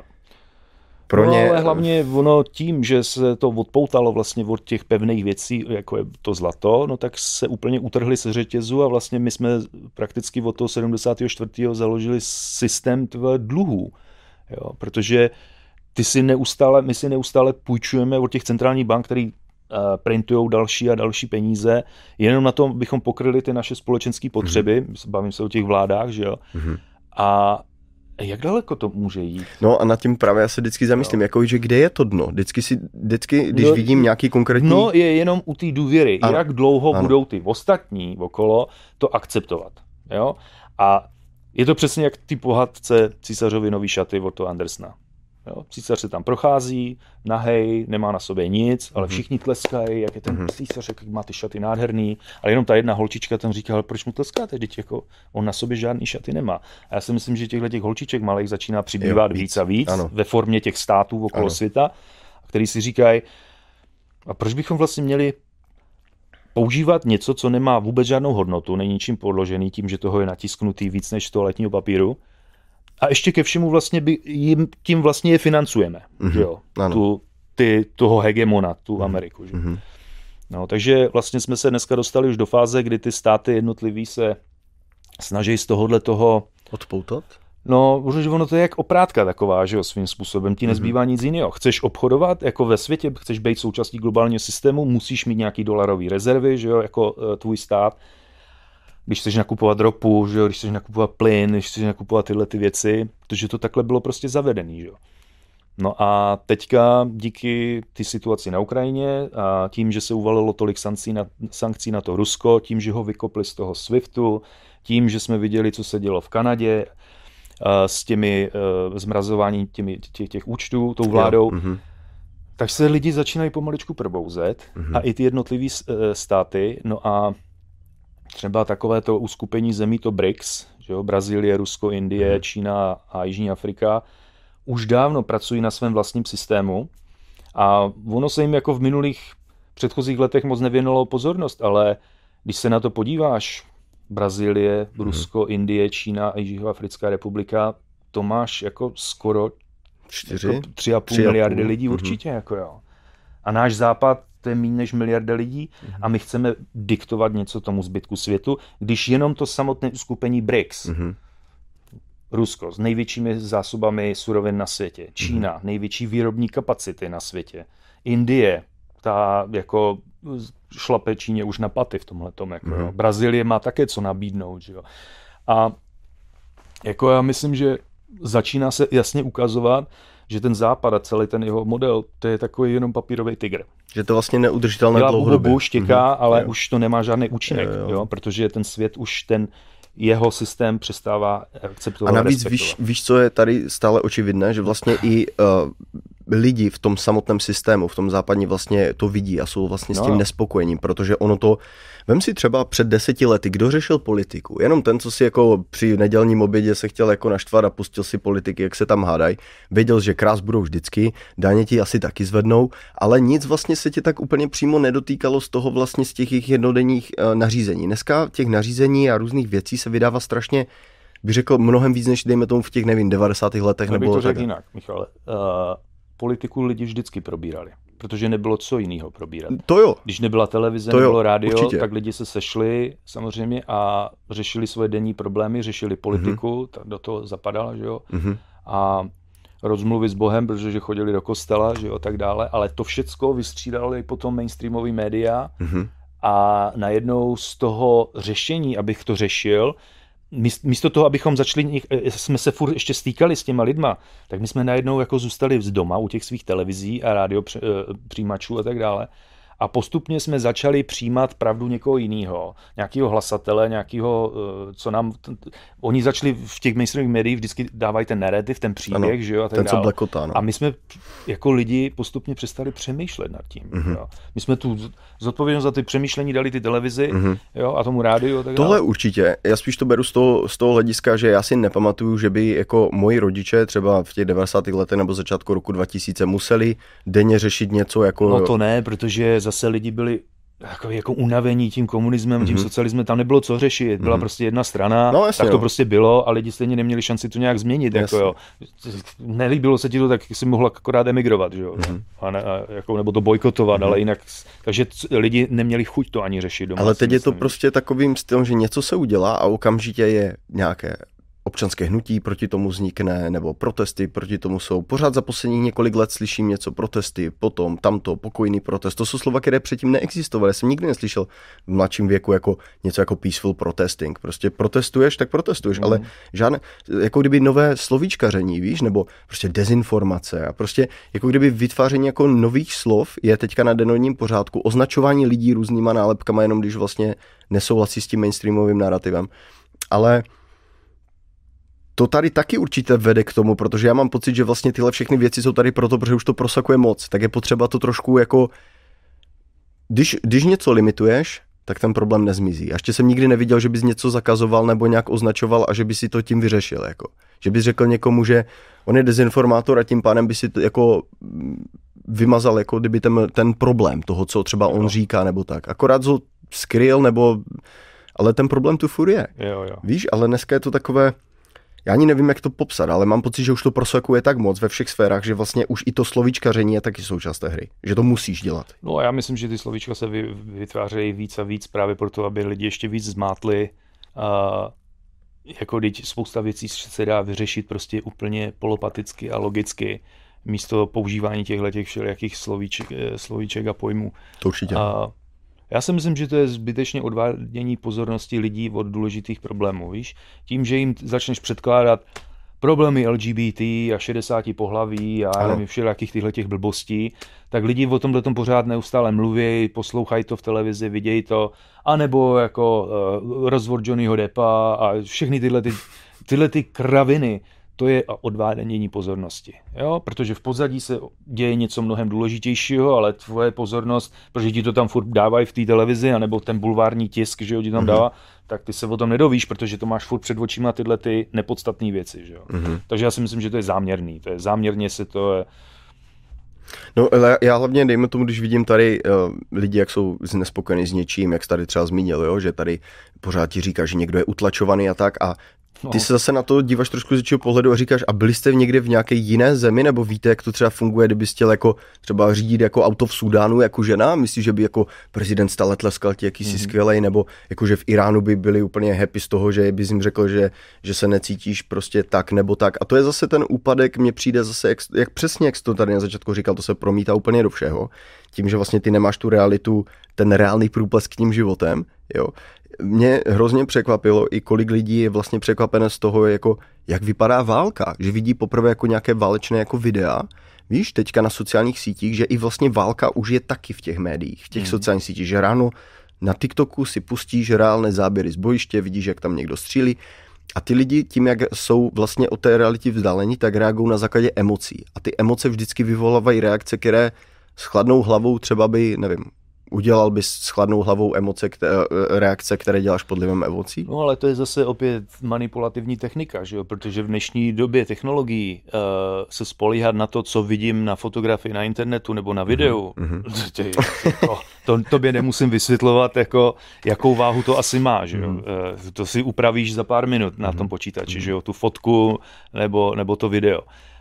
Speaker 2: Ale hlavně ono tím, že se to odpoutalo vlastně od těch pevných věcí, jako je to zlato, no tak se úplně utrhli se řetězu a vlastně my jsme prakticky od toho 74. založili systém dluhů. Jo, protože my si neustále půjčujeme od těch centrálních bank, který printujou další a další peníze, jenom na tom bychom pokryli ty naše společenské potřeby, bavím se o těch vládách, že jo, a jak daleko to může jít?
Speaker 1: No a nad tím právě já se vždycky zamyslím, jako, že kde je to dno? Vždycky, když vidím nějaký konkrétní...
Speaker 2: No je jenom u té důvěry, jak dlouho budou ty ostatní okolo to akceptovat, jo, a je to přesně jak ty pohádce Císařovi nový šaty od toho Andersena. Jo, císař se tam prochází, nahej, nemá na sobě nic, ale všichni tleskají, jak je ten císař, jak má ty šaty nádherný, ale jenom ta jedna holčička tam říká, ale proč mu tleskáte, teď jako on na sobě žádný šaty nemá. A já si myslím, že těch holčiček malých začíná přibývat víc a víc ve formě těch států okolo světa, který si říkají, a proč bychom vlastně měli používat něco, co nemá vůbec žádnou hodnotu, není ničím podložený tím, že toho je natisknutý víc než toaletního papíru. A ještě ke všemu vlastně tím vlastně je financujeme, že jo? Toho hegemona, tu Ameriku. Že? No, takže vlastně jsme se dneska dostali už do fáze, kdy ty státy jednotlivý se snaží z tohohle toho...
Speaker 1: Odpoutat?
Speaker 2: No, protože ono to je jak oprátka taková, že jo, svým způsobem. Ti nezbývá nic jiného. Chceš obchodovat jako ve světě, chceš být součástí globálního systému, musíš mít nějaký dolarový rezervy, že jo, jako tvůj stát. Když chceš nakupovat ropu, že jo, když chceš nakupovat plyn, když chceš nakupovat tyhle ty věci, protože to takhle bylo prostě zavedený, že jo. No a teďka díky ty situaci na Ukrajině a tím, že se uvalilo tolik sankcí na to Rusko, tím, že ho vykopli z toho SWIFTu, tím, že jsme viděli, co se dělo v Kanadě s těmi zmrazováním těch účtů tou vládou, tak se lidi začínají pomaličku probouzet a i ty jednotlivý státy, no a třeba takové to uskupení zemí, to BRICS, že jo, Brazílie, Rusko, Indie, Čína a Jižní Afrika, už dávno pracují na svém vlastním systému a ono se jim jako v minulých předchozích letech moc nevěnovalo pozornost, ale když se na to podíváš, Brazílie, Rusko, Indie, Čína a Jižoafrická republika, to máš jako skoro 3,5 miliardy lidí určitě. Jako jo. A náš západ, to je méně než miliarda lidí a my chceme diktovat něco tomu zbytku světu, když jenom to samotné uskupení BRICS, Rusko s největšími zásobami surovin na světě, Čína, největší výrobní kapacity na světě, Indie, ta jako šlape Číně už na paty v tomhletom. Jako, jo. Brazílie má také co nabídnout. Že jo. A jako já myslím, že začíná se jasně ukazovat, že ten západ a celý ten jeho model, to je takový jenom papírový tygr.
Speaker 1: Že to vlastně neudržitelné dlouhodobě.
Speaker 2: Dělá štěká, ale už to nemá žádný účinek, jo, protože ten svět už ten jeho systém přestává akceptovat.
Speaker 1: A navíc víš, co je tady stále očividné, že vlastně i lidi v tom samotném systému, v tom západní vlastně to vidí a jsou vlastně s tím nespokojení, protože ono to, vem si třeba před 10 lety, kdo řešil politiku, jenom ten, co si jako při nedělním obědě se chtěl jako naštvat a pustil si politiky, jak se tam hádají, věděl, že krás budou vždycky, daně ti asi taky zvednou, ale nic vlastně se tě tak úplně přímo nedotýkalo z toho vlastně z těch jejich jednodenních nařízení. Dneska těch nařízení a různých věcí se vydává strašně, bych řekl, mnohem víc, než dejme tomu v těch, nevím, 90. letech.
Speaker 2: Nebo to řekl jinak, Michale. Politiku lidi vždycky probírali, protože nebylo co jiného probírat.
Speaker 1: To jo.
Speaker 2: Když nebyla televize, nebylo rádio,
Speaker 1: určitě.
Speaker 2: Tak lidi se sešli samozřejmě a řešili svoje denní problémy, řešili politiku, tak do toho zapadala, že jo. A rozmluvy s Bohem, protože chodili do kostela, že jo, tak dále, ale to všecko vystřídali potom mainstreamový média a najednou z toho řešení, abych to řešil, místo toho, abychom jsme se furt ještě stýkali s těma lidma, tak my jsme najednou jako zůstali z doma u těch svých televizí a rádio přijímačů a tak dále. A postupně jsme začali přijímat pravdu někoho jiného, nějakého hlasatele, nějakého, co nám... Oni začali v těch mainstreamových médiích vždycky dávají ten narrativ, ten příběh, že jo, a tak
Speaker 1: ten,
Speaker 2: dále.
Speaker 1: Co blekotá, no.
Speaker 2: A my jsme jako lidi postupně přestali přemýšlet nad tím. Jo. My jsme tu zodpovědnost za ty přemýšlení dali ty televizi, jo, a tomu rádiu a tak dále.
Speaker 1: Tohle určitě. Já spíš to beru z toho hlediska, že já si nepamatuju, že by jako moji rodiče třeba v těch 90. letech nebo začátku roku 2000 museli denně řešit něco jako...
Speaker 2: No to ne, protože zase lidi byli jako unavení tím komunismem, tím socialismem, tam nebylo co řešit, byla prostě jedna strana, no, jasně, tak to prostě bylo a lidi stejně neměli šanci to nějak změnit. Jako, jo. Nelíbilo se ti to, tak si mohla akorát emigrovat, že jo? Jako, nebo to bojkotovat, ale jinak, takže lidi neměli chuť to ani řešit doma.
Speaker 1: Ale teď je to prostě takovým stylem, že něco se udělá a okamžitě je nějaké občanské hnutí proti tomu vznikne, nebo protesty proti tomu jsou. Pořád za posledních několik let slyším něco, protesty, potom tamto, pokojný protest. To jsou slova, které předtím neexistovaly. Já jsem nikdy neslyšel v mladším věku jako něco jako peaceful protesting. Prostě protestuješ, tak protestuješ, ale žádné, jako kdyby nové slovíčkaření, víš, nebo prostě dezinformace a prostě jako kdyby vytváření jako nových slov je teďka na dennodenním pořádku, označování lidí různýma nálepkama, jenom když vlastně nesouhlasí s tím mainstreamovým narrativem. Ale to tady taky určitě vede k tomu, protože já mám pocit, že vlastně tyhle všechny věci jsou tady proto, protože už to prosakuje moc, tak je potřeba to trošku jako, když něco limituješ, tak ten problém nezmizí. A ještě jsem nikdy neviděl, že bys něco zakazoval nebo nějak označoval a že by si to tím vyřešil. Jako. Že bys řekl někomu, že on je dezinformátor a tím pádem by si to jako vymazal jako kdyby ten problém toho, co třeba on říká nebo tak. Akorát ho skryl nebo... Ale ten problém tu furt je.
Speaker 2: Jo.
Speaker 1: Víš, ale dneska je to takové... Já ani nevím, jak to popsat, ale mám pocit, že už to prosakuje tak moc ve všech sférách, že vlastně už i to slovíčkaření je taky součást té hry. Že to musíš dělat.
Speaker 2: No a já myslím, že ty slovíčka se vytvářejí víc a víc právě proto, aby lidi ještě víc zmátli. Jako teď spousta věcí se dá vyřešit prostě úplně polopaticky a logicky místo používání těchto všelijakých slovíček a pojmů.
Speaker 1: To určitě.
Speaker 2: Já si myslím, že to je zbytečně odvádění pozornosti lidí od důležitých problémů, víš? Tím, že jim začneš předkládat problémy LGBT a 60 pohlaví a nevím, všelijakých těchto blbostí, tak lidi o tomhletom pořád neustále mluví, poslouchají to v televizi, vidějí to, anebo jako rozvod Johnnyho Deppa a všechny tyhle kraviny. To je odvádění pozornosti, jo? Protože v pozadí se děje něco mnohem důležitějšího, ale tvoje pozornost, protože ti to tam furt dávají v té televizi, anebo ten bulvární tisk, že jo, ti tam dává, tak ty se o tom nedovíš, protože to máš furt před očima tyhle ty nepodstatné věci, že jo. Takže já si myslím, že to je záměrný, záměrně se to...
Speaker 1: No, ale já hlavně, dejme tomu, když vidím tady lidi, jak jsou nespokojení s něčím, jak jsi tady třeba zmínil, jo, že tady pořád ti říká, že někdo je utlačovaný a tak a ty se zase na to díváš trošku z něčího pohledu a říkáš, a byli jste někde v nějaké jiné zemi, nebo víte, jak to třeba funguje, kdybyste chtěl jako třeba řídit jako auto v Súdánu jako žena? Myslíš, že by jako prezident stále tleskal ti, jaký jsi skvělej, nebo jako, že v Iránu by byli úplně happy z toho, že bys jim řekl, že se necítíš prostě tak nebo tak. A to je zase ten úpadek, mně přijde zase, jak přesně, jak jsi to tady na začátku říkal, to se promítá úplně do všeho. Tím, že vlastně ty nemáš tu realitu, ten reálný průplesk tím životem, jo. Mě hrozně překvapilo i kolik lidí je vlastně překvapené z toho, jako, jak vypadá válka, že vidí poprvé jako nějaké válečné jako videa. Víš, teďka na sociálních sítích, že i vlastně válka už je taky v těch médiích, v těch sociálních sítích, že ráno na TikToku si pustíš reálné záběry z bojiště, vidíš, jak tam někdo střílí a ty lidi tím, jak jsou vlastně od té reality vzdálení, tak reagují na základě emocí. A ty emoce vždycky vyvolávají reakce, které s chladnou hlavou třeba by, nevím, udělal bys s chladnou hlavou reakce, které děláš pod vlivem emocí?
Speaker 2: No ale to je zase opět manipulativní technika, že jo? Protože v dnešní době technologií se spolíhat na to, co vidím na fotografii na internetu nebo na videu, to tobě nemusím vysvětlovat, jako, jakou váhu to asi má, že jo? To si upravíš za pár minut na tom počítači, že jo? Tu fotku nebo to video.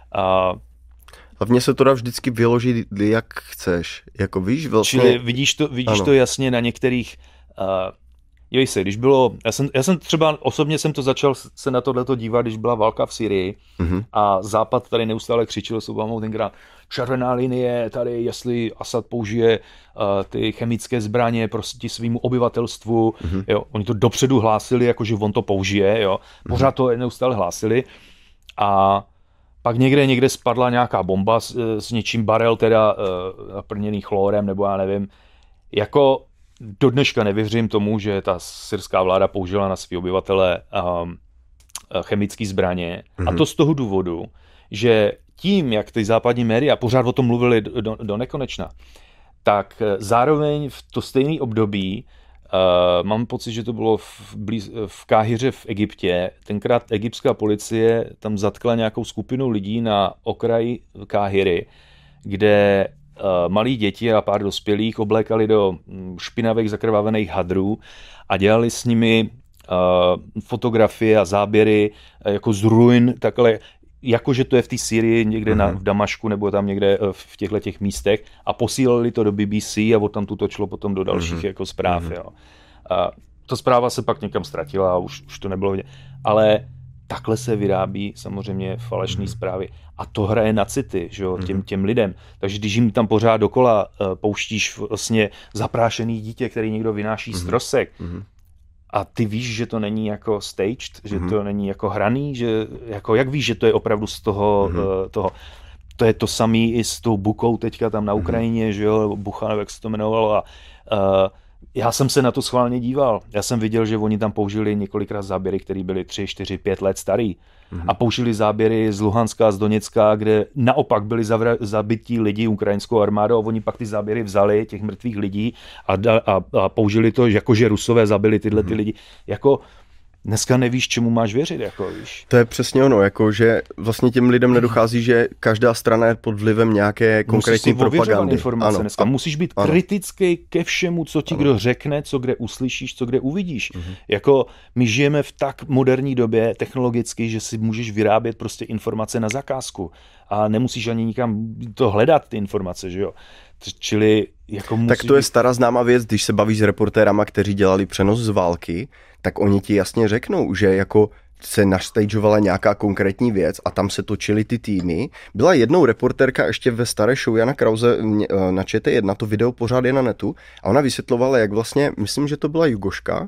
Speaker 1: Hlavně se to dá vždycky vyložit, jak chceš. Jako víš, vlastně...
Speaker 2: Čili vidíš to jasně na některých... Dívej se, když bylo... Já jsem třeba osobně jsem to začal se na tohleto dívat, když byla válka v Syrii a Západ tady neustále křičil s Obamou tenkrát červená linie tady, jestli Asad použije ty chemické zbraně proti svýmu obyvatelstvu. Jo, oni to dopředu hlásili, jakože on to použije. Jo. Pořád to neustále hlásili. A pak někde spadla nějaká bomba s něčím, barel teda naplněný chlórem, nebo já nevím. Jako do dneška nevěřím tomu, že ta syrská vláda použila na svý obyvatele chemické zbraně. A to z toho důvodu, že tím, jak ty západní média pořád o tom mluvili do nekonečna, tak zároveň v to stejné období mám pocit, že to bylo v Káhiře v Egyptě. Tenkrát egyptská policie tam zatkla nějakou skupinu lidí na okraji Káhiry, kde malí děti a pár dospělých oblékali do špinavých zakrvavených hadrů a dělali s nimi fotografie a záběry jako z ruin, takhle, jakože to je v té Syrii někde v Damašku nebo tam někde v těchto místech a posílali to do BBC a odtamtud to šlo potom do dalších jako zpráv. Jo. A ta zpráva se pak někam ztratila a už to nebylo vidět. Ale takhle se vyrábí samozřejmě falešné zprávy. A to hraje na city, že jo, těm lidem. Takže když jim tam pořád dokola pouštíš vlastně zaprášený dítě, který někdo vynáší z trosek, a ty víš, že to není jako staged, že to není jako hraný, že jako jak víš, že to je opravdu z toho, toho. To je to samý i s tou Bukou teďka tam na Ukrajině, že jo, Bucha, nebo jak se to jmenovalo. A já jsem se na to schválně díval. Já jsem viděl, že oni tam použili několikrát záběry, které byly 3, 4, 5 let starý. A použili záběry z Luhanska, z Doněcka, kde naopak byli zabití lidi ukrajinskou armádou a oni pak ty záběry vzali, těch mrtvých lidí a použili to, jako že Rusové zabili tyhle ty lidi. Jako dneska nevíš, čemu máš věřit, jako víš.
Speaker 1: To je přesně ono, jako že vlastně těm lidem nedochází, že každá strana je pod vlivem nějaké konkrétní propagandy.
Speaker 2: Informace dneska. Musíš být kritický ke všemu, co ti kdo řekne, co kde uslyšíš, co kde uvidíš. Jako my žijeme v tak moderní době technologicky, že si můžeš vyrábět prostě informace na zakázku a nemusíš ani nikam to hledat, ty informace, že jo. Čili jako
Speaker 1: tak to je stará známá věc, když se bavíš s reportérama, kteří dělali přenos z války, tak oni ti jasně řeknou, že jako se nastageovala nějaká konkrétní věc a tam se točily ty týmy. Byla jednou reportérka ještě ve staré show Jana Krause na ČT1, to video pořád je na netu a ona vysvětlovala, jak vlastně, myslím, že to byla Jugoška?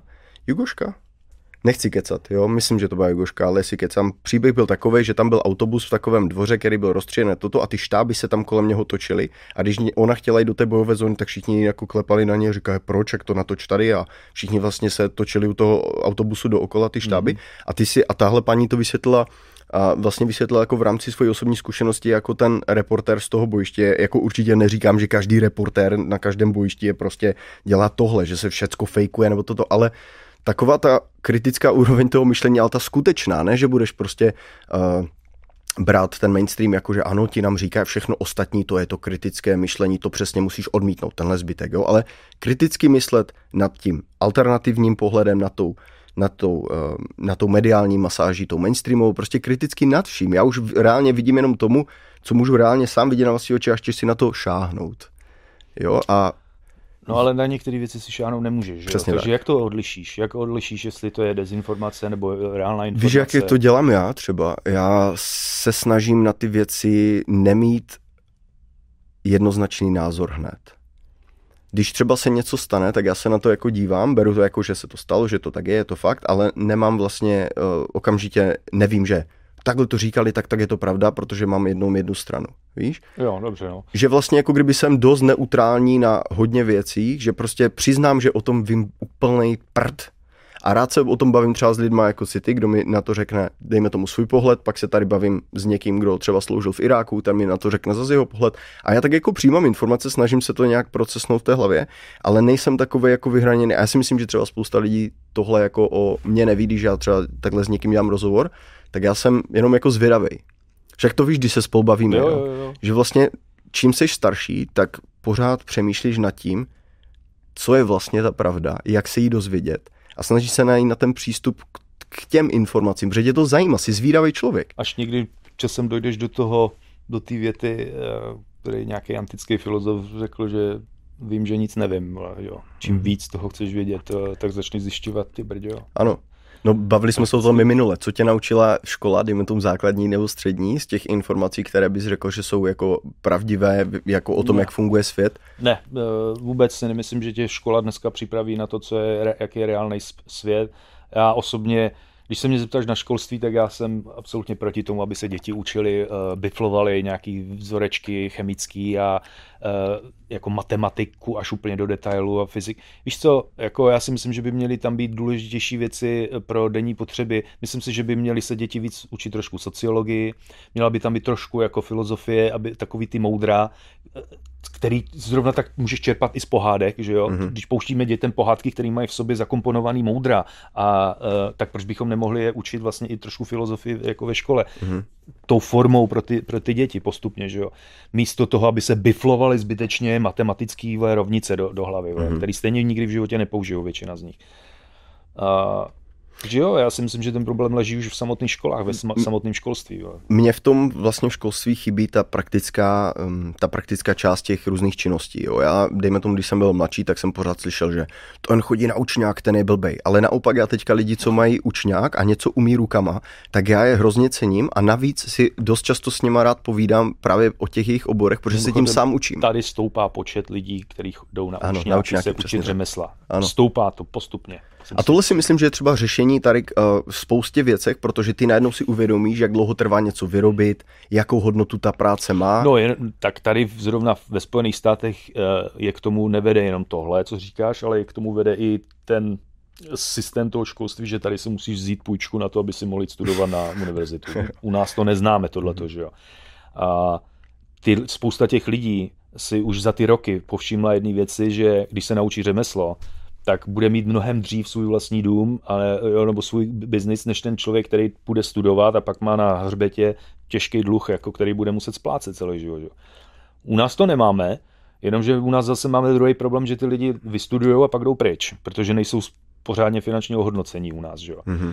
Speaker 1: Nechci kecat, jo, myslím, že to byla Jugoška, ale si kecám. Příběh byl takovej, že tam byl autobus v takovém dvoře, který byl rozstřílený toto a ty štáby se tam kolem něho točily a když ona chtěla jít do té bojové zóny, tak všichni jako klepali na ně a říkali, proč, jak to natoč tady a všichni vlastně se točili u toho autobusu dookola ty štáby a tahle paní to vysvětlila a vlastně vysvětlila jako v rámci své osobní zkušenosti jako ten reportér z toho bojiště, jako určitě neříkám, že každý reportér na každém bojišti je prostě dělá tohle, že se všecko fejkuje nebo toto, ale taková ta kritická úroveň toho myšlení, ale ta skutečná, ne, že budeš prostě brát ten mainstream, jakože ano, ti nám říká všechno ostatní, to je to kritické myšlení, to přesně musíš odmítnout, tenhle zbytek, jo, ale kriticky myslet nad tím alternativním pohledem na tou mediální masáží, tou mainstreamovou, prostě kriticky nad vším. Já už reálně vidím jenom tomu, co můžu reálně sám vidět na vlastní oči, až si na to šáhnout. Jo, a
Speaker 2: no ale na některé věci si šáhnout nemůžeš, že? Takže tak. Jak to odlišíš? Jak odlišíš, jestli to je dezinformace nebo reálná informace?
Speaker 1: Víš, jak je to dělám já třeba? Já se snažím na ty věci nemít jednoznačný názor hned. Když třeba se něco stane, tak já se na to jako dívám, beru to jako, že se to stalo, že to tak je to fakt, ale nemám vlastně okamžitě, nevím, že takhle to říkali, tak je to pravda, protože mám jednu stranu, víš?
Speaker 2: Jo, dobře, no.
Speaker 1: Že vlastně jako kdyby jsem dost neutrální na hodně věcí, že prostě přiznám, že o tom vím úplnej prd a rád se o tom bavím třeba s lidma jako si ty, kdo mi na to řekne, dejme tomu svůj pohled, pak se tady bavím s někým, kdo třeba sloužil v Iráku, ten mi na to řekne zase jeho pohled a já tak jako přijímám informace, snažím se to nějak procesnout v té hlavě, ale nejsem takový jako vyhraněný a já si myslím, že třeba spousta lidí tohle jako o mě neví, když já třeba takhle s někým dělám rozhovor, tak já jsem jenom jako zvědavej. Však to víš, když se spolu bavíme, jo. Že vlastně čím seš starší, tak pořád přemýšlíš nad tím, co je vlastně ta pravda, jak se jí dozvědět a snažíš se najít na ten přístup k těm informacím, protože tě to zajímá, jsi zvídavý člověk.
Speaker 2: Až někdy časem dojdeš do té věty, který nějaký antický filozof řekl, že vím, že nic nevím. Jo. Čím víc toho chceš vědět, tak začneš zjišťovat, ty brďo.
Speaker 1: Ano. No, bavili jsme se o tom i minule. Co tě naučila škola, dejme tomu základní nebo střední, z těch informací, které bys řekl, že jsou jako pravdivé, jako o tom, jak funguje svět?
Speaker 2: Ne, vůbec si nemyslím, že tě škola dneska připraví na to, jaký je reálný svět. Já osobně, když se mě zeptáš na školství, tak já jsem absolutně proti tomu, aby se děti učili, biflovali nějaký vzorečky chemický a jako matematiku až úplně do detailu a fyzik. Víš co, jako já si myslím, že by měly tam být důležitější věci pro denní potřeby. Myslím si, že by měly se děti víc učit trošku sociologii, měla by tam být trošku jako filozofie, aby takový ty moudra, který zrovna tak můžeš čerpat i z pohádek, že jo? Když pouštíme dětem pohádky, které mají v sobě zakomponovaný moudra, tak proč bychom nemohli je učit vlastně i trošku filozofii jako ve škole? Tou formou pro ty děti postupně, že jo? Místo toho, aby se biflovaly zbytečně matematické rovnice do hlavy, který stejně nikdy v životě nepoužijou většina z nich. že jo, já si myslím, že ten problém leží už v samotných školách, ve samotném školství. Jo.
Speaker 1: Mně v tom vlastně v školství chybí ta praktická část těch různých činností. Jo. Já, dejme tomu, když jsem byl mladší, tak jsem pořád slyšel, že to on chodí na učňák, ten je blbej. Ale naopak já teďka lidi, co mají učňák a něco umí rukama, tak já je hrozně cením a navíc si dost často s nima rád povídám právě o těch jejich oborech, protože se tím sám učím.
Speaker 2: Tady stoupá počet lidí, kteří jdou na učňáky se učit řemesla. Ano. Stoupá to postupně.
Speaker 1: A tohle si myslím, že je třeba řešení tady v spoustě věcech, protože ty najednou si uvědomíš, jak dlouho trvá něco vyrobit, jakou hodnotu ta práce má.
Speaker 2: No, tak tady zrovna ve Spojených státech je k tomu nevede jenom tohle, co říkáš, ale je k tomu vede i ten systém toho školství, že tady si musíš vzít půjčku na to, aby si mohli studovat na univerzitu. U nás to neznáme, tohleto, že jo. A spousta těch lidí si už za ty roky povšimla jedné věci, že když se naučí řemeslo, tak bude mít mnohem dřív svůj vlastní dům nebo svůj biznis, než ten člověk, který půjde studovat a pak má na hřbetě těžký dluh, jako který bude muset splácet celý život. Že? U nás to nemáme, jenomže u nás zase máme druhý problém, že ty lidi vystudujou a pak jdou pryč, protože nejsou pořádně finančně ohodnocení u nás. Že? Mm-hmm.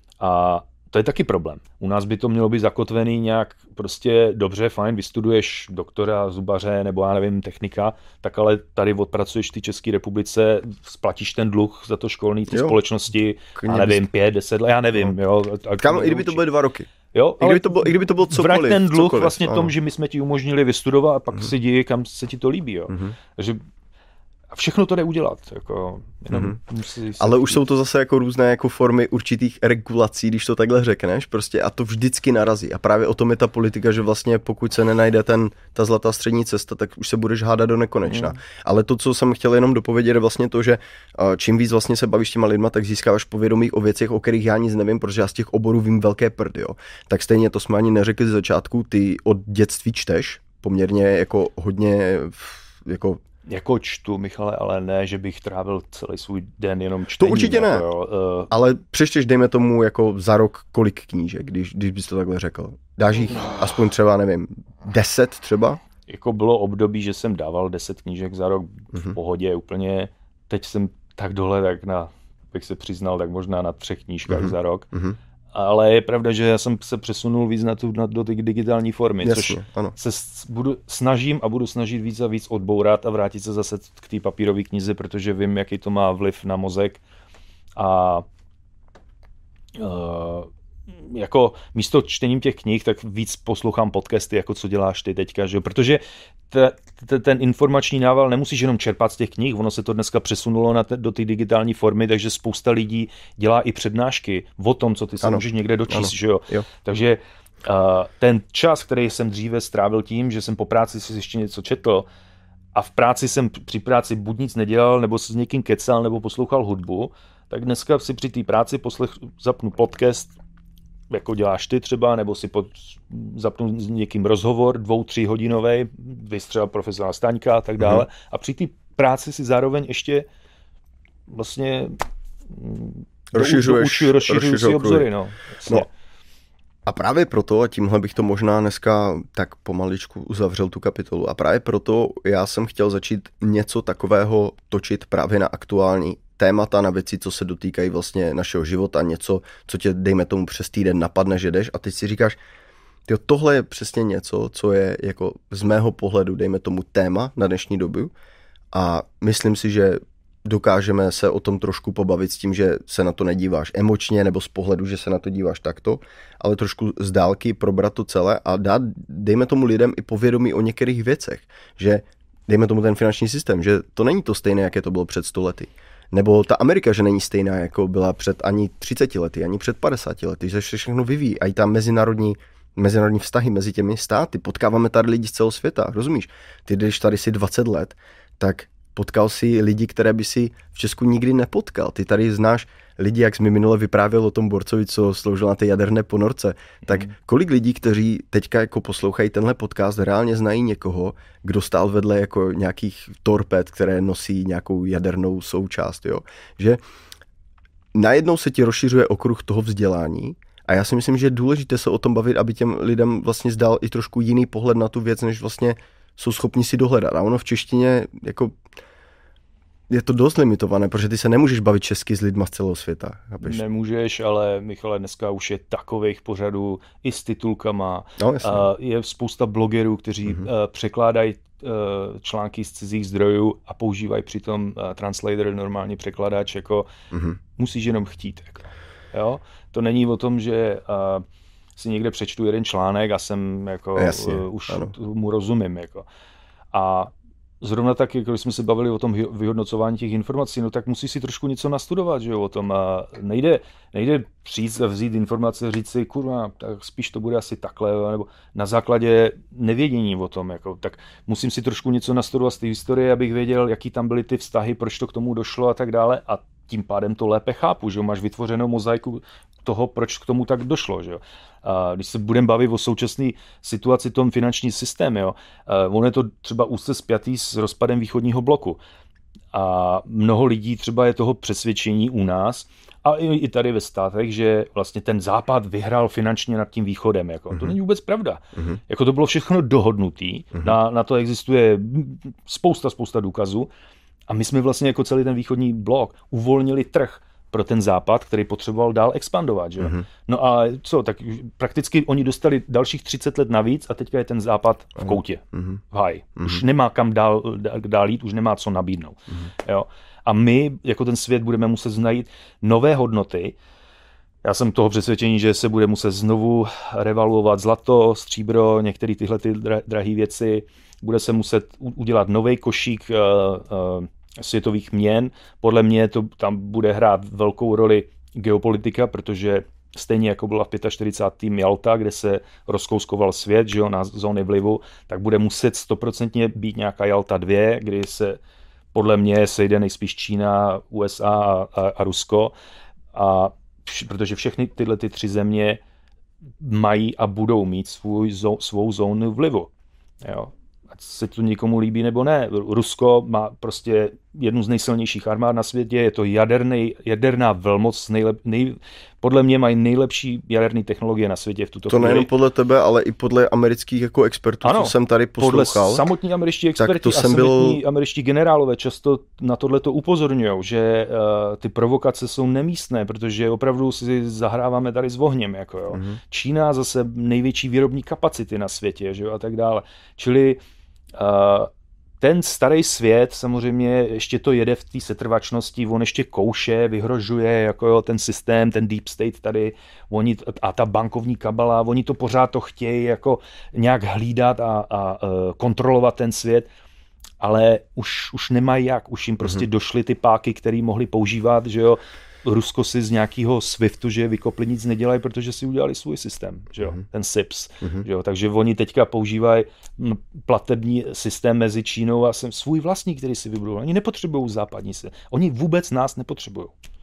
Speaker 2: A to je taky problém. U nás by to mělo být zakotvený nějak prostě dobře, fajn, vystuduješ doktora, zubaře nebo já nevím, technika, tak ale tady odpracuješ v té České republice, splatíš ten dluh za to školní té společnosti, a nevím, 5, 10 let, já nevím. Jo,
Speaker 1: Kámo, i kdyby to byly 2 roky.
Speaker 2: Jo,
Speaker 1: i kdyby to bylo cokoliv.
Speaker 2: Vrať ten dluh vlastně tom, že my jsme ti umožnili vystudovat a pak si díky, kam se ti to líbí. Jo. Takže a všechno to jde udělat. Jako,
Speaker 1: ale už jsou to zase jako různé jako formy určitých regulací, když to takhle řekneš, prostě a to vždycky narazí. A právě o tom je ta politika, že vlastně pokud se nenajde ta zlatá střední cesta, tak už se budeš hádat do nekonečna. Ale to, co jsem chtěl jenom dopovědět, je vlastně to, že čím víc vlastně se bavíš těma lidma, tak získáváš povědomí o věcech, o kterých já nic nevím, protože já z těch oborů vím velké prdy. Jo. Tak stejně to jsme ani neřekli z začátku, ty od dětství čteš poměrně jako hodně
Speaker 2: jako čtu, Michale, ale ne, že bych trávil celý svůj den jenom čtením.
Speaker 1: To určitě ne, ale přečteš, dejme tomu, jako za rok kolik knížek, když bys to takhle řekl. Dáš jich aspoň třeba, nevím, 10 třeba?
Speaker 2: Jako bylo období, že jsem dával 10 knížek za rok v pohodě úplně. Teď jsem tak dole, tak bych se přiznal, tak možná na 3 knížkách za rok. Ale je pravda, že já jsem se přesunul víc do té digitální formy,
Speaker 1: jasně,
Speaker 2: což
Speaker 1: ano.
Speaker 2: se budu snažit víc a víc odbourat a vrátit se zase k té papírové knize, protože vím, jaký to má vliv na mozek a jako místo čtením těch knih, tak víc poslouchám podcasty, jako co děláš ty teďka, že? Protože ten informační nával nemusíš jenom čerpat z těch knih, ono se to dneska přesunulo do té digitální formy, takže spousta lidí dělá i přednášky o tom, co ty se můžeš někde dočíst, že jo? Takže ten čas, který jsem dříve strávil tím, že jsem po práci si ještě něco četl a při práci buď nic nedělal, nebo se s někým kecal, nebo poslouchal hudbu, tak dneska si při té práci zapnu podcast, jako děláš ty třeba, nebo si zapnu s někým rozhovor 2-3 hodinový, vystřela profesora Staňka a tak dále. A při té práci si zároveň ještě vlastně rozšiřuju si obzory. No.
Speaker 1: A právě proto, a tímhle bych to možná dneska tak pomaličku uzavřel tu kapitolu, a právě proto já jsem chtěl začít něco takového točit právě na aktuální témata, na věci, co se dotýkají vlastně našeho života, něco, co tě, dejme tomu, přes týden napadne, že jdeš a teď si říkáš, tohle je přesně něco, co je jako z mého pohledu, dejme tomu, téma na dnešní dobu a myslím si, že dokážeme se o tom trošku pobavit s tím, že se na to nedíváš emočně nebo z pohledu, že se na to díváš takto, ale trošku z dálky probrat to celé a dát, dejme tomu, lidem i povědomí o některých věcech, že dejme tomu ten finanční systém, že to není to stejné, jaké to bylo před 100 lety. Nebo ta Amerika, že není stejná, jako byla před ani 30 lety, ani před 50 lety, že se všechno vyvíjí. A i tam mezinárodní vztahy mezi těmi státy. Potkáváme tady lidi z celého světa, rozumíš? Ty, když tady si 20 let, tak potkal si lidi, které by si v Česku nikdy nepotkal. Ty tady znáš lidi, jak jsi mi minule vyprávěl o tom borcovi, co sloužil na té jaderné ponorce. Tak kolik lidí, kteří teďka jako poslouchají tenhle podcast, reálně znají někoho, kdo stál vedle jako nějakých torpéd, které nosí nějakou jadernou součást, jo? Že najednou se ti rozšiřuje okruh toho vzdělání a já si myslím, že je důležité se o tom bavit, aby těm lidem vlastně zdal i trošku jiný pohled na tu věc, než vlastně jsou schopni si dohledat. A ono v češtině jako je to dost limitované, protože ty se nemůžeš bavit česky s lidma z celého světa. Chápeš?
Speaker 2: Nemůžeš, ale Michale, dneska už je takových pořadů i s titulkama.
Speaker 1: No, jasně.
Speaker 2: Je spousta blogerů, kteří překládají články z cizích zdrojů a používají přitom translator, normální překladač, jako musíš jenom chtít. Jako. Jo? To není o tom, že si někde přečtu jeden článek a jsem jako už mu rozumím. Jako. A zrovna tak, jako když jsme se bavili o tom vyhodnocování těch informací, no tak musíš si trošku něco nastudovat, že jo, o tom. Nejde přijít a vzít informace a říct si, kurva, tak spíš to bude asi takhle, nebo na základě nevědění o tom, jako, tak musím si trošku něco nastudovat z té historie, abych věděl, jaký tam byly ty vztahy, proč to k tomu došlo a tak dále, a tím pádem to lépe chápu, že jo, máš vytvořenou mozaiku toho, proč k tomu tak došlo, že jo. A když se budeme bavit o současné situaci tom finanční systém, jo, on je to třeba úzce spjatý s rozpadem východního bloku. A mnoho lidí třeba je toho přesvědčení u nás a i tady ve státech, že vlastně ten západ vyhrál finančně nad tím východem. Jako. To není vůbec pravda. Jako to bylo všechno dohodnutý, na to existuje spousta důkazů a my jsme vlastně jako celý ten východní blok uvolnili trh pro ten západ, který potřeboval dál expandovat. Že? No a co, tak prakticky oni dostali dalších 30 let navíc a teďka je ten západ v koutě, v háji. Už nemá kam dál jít, už nemá co nabídnout. Jo? A my, jako ten svět, budeme muset najít nové hodnoty. Já jsem toho přesvědčení, že se bude muset znovu revaluovat zlato, stříbro, některé tyhle ty drahé věci. Bude se muset udělat nový košík světových měn. Podle mě to tam bude hrát velkou roli geopolitika, protože stejně jako byla v 45. Jalta, kde se rozkouskoval svět, že jo, na zóny vlivu, tak bude muset 100% být nějaká Jalta 2, kdy se podle mě sejde nejspíš Čína, USA a Rusko, a protože všechny tyhle ty tři země mají a budou mít svou zónu vlivu. Jo. Ať se to někomu líbí nebo ne. Rusko má prostě jednu z nejsilnějších armád na světě, je to jaderná velmoc, podle mě mají nejlepší jaderné technologie na světě v tuto chvíli.
Speaker 1: To nejen podle tebe, ale i podle amerických jako expertů, ano, co jsem tady poslouchal.
Speaker 2: Podle samotní američtí experti a samotní američští generálové často na tohleto upozorňují, že ty provokace jsou nemístné, protože opravdu si zahráváme tady s ohněm. Jako, jo. Čína zase největší výrobní kapacity na světě, že jo, a tak dále. Čili ten starý svět samozřejmě ještě to jede v té setrvačnosti, on ještě kouše, vyhrožuje jako jo, ten systém, ten deep state tady, oni, a ta bankovní kabala, oni to pořád to chtějí jako nějak hlídat a kontrolovat ten svět, ale už nemají jak, už jim prostě došly ty páky, které mohli používat, že jo. Rusko si z nějakého SWIFTu, že vykopli, nic nedělají, protože si udělali svůj systém, že jo, ten SIPS, že jo, takže oni teďka používají platební systém mezi Čínou a svůj vlastní, který si vybudovali. Oni nepotřebují západní systém. Oni vůbec nás nepotřebují.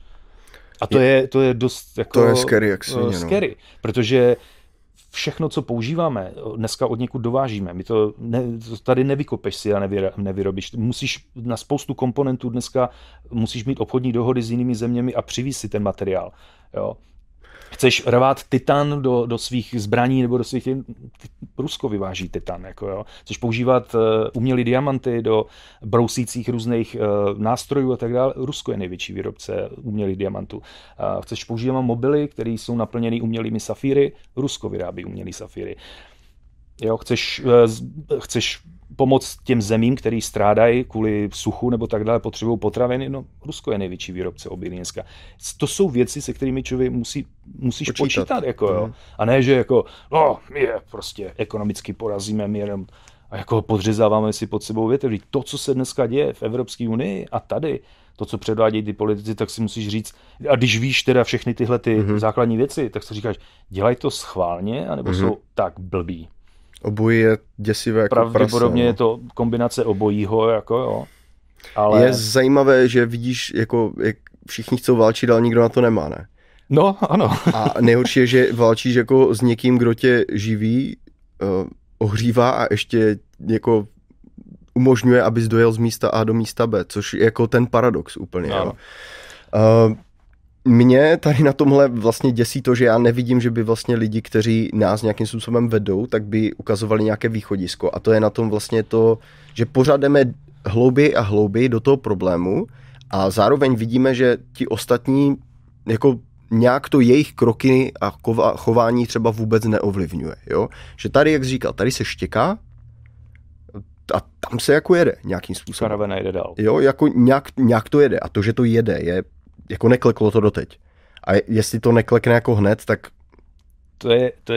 Speaker 2: A to je dost jako...
Speaker 1: To je scary, jak
Speaker 2: scary, protože všechno, co používáme, dneska od někud dovážíme. My to tady nevykopeš si a nevyrobíš. Musíš na spoustu komponentů dneska musíš mít obchodní dohody s jinými zeměmi a přivízt si ten materiál. Jo. Chceš rvát titan do svých zbraní nebo do svých... Rusko vyváží titan. Jako, jo. Chceš používat umělé diamanty do brousících různých nástrojů a tak dále. Rusko je největší výrobce umělých diamantů. Chceš používat mobily, které jsou naplněny umělými safíry. Rusko vyrábí umělý safíry. Jo, chceš pomoct těm zemím, který strádají kvůli suchu nebo tak dále, potřebují potraviny, no Rusko je největší výrobce obilí dneska. To jsou věci, se kterými člověk musíš počítat jako, jo. A ne, že jako, prostě ekonomicky porazíme, my jenom a jako podřezáváme si pod sebou větev. To, co se dneska děje v Evropské unii a tady, to, co předvádějí ty politici, tak si musíš říct, a když víš teda všechny tyhle ty základní věci, tak si říkáš, dělají to schválně, anebo jsou tak blbí.
Speaker 1: Obojí je děsivé jako
Speaker 2: pravděpodobně je to kombinace obojího, jako jo. Ale...
Speaker 1: Je zajímavé, že vidíš, jako, jak všichni chcou válčit, ale nikdo na to nemá, ne?
Speaker 2: No, ano.
Speaker 1: A nejhorší je, že válčíš jako s někým, kdo tě živí, ohřívá a ještě jako umožňuje, abys dojel z místa A do místa B, což je jako ten paradox úplně. Jo. Mě tady na tomhle vlastně děsí to, že já nevidím, že by vlastně lidi, kteří nás nějakým způsobem vedou, tak by ukazovali nějaké východisko. A to je na tom vlastně to, že pořád jdeme hlouběji a hlouběji do toho problému a zároveň vidíme, že ti ostatní jako nějak to jejich kroky a chování třeba vůbec neovlivňuje. Jo? Že tady, jak jsi říkal, tady se štěká a tam se jako jede nějakým způsobem.
Speaker 2: Karavana jede dál.
Speaker 1: Jo, jako nějak to jede a to, že to jede, je jako nekleklo to doteď. A jestli to neklekne jako hned, tak
Speaker 2: to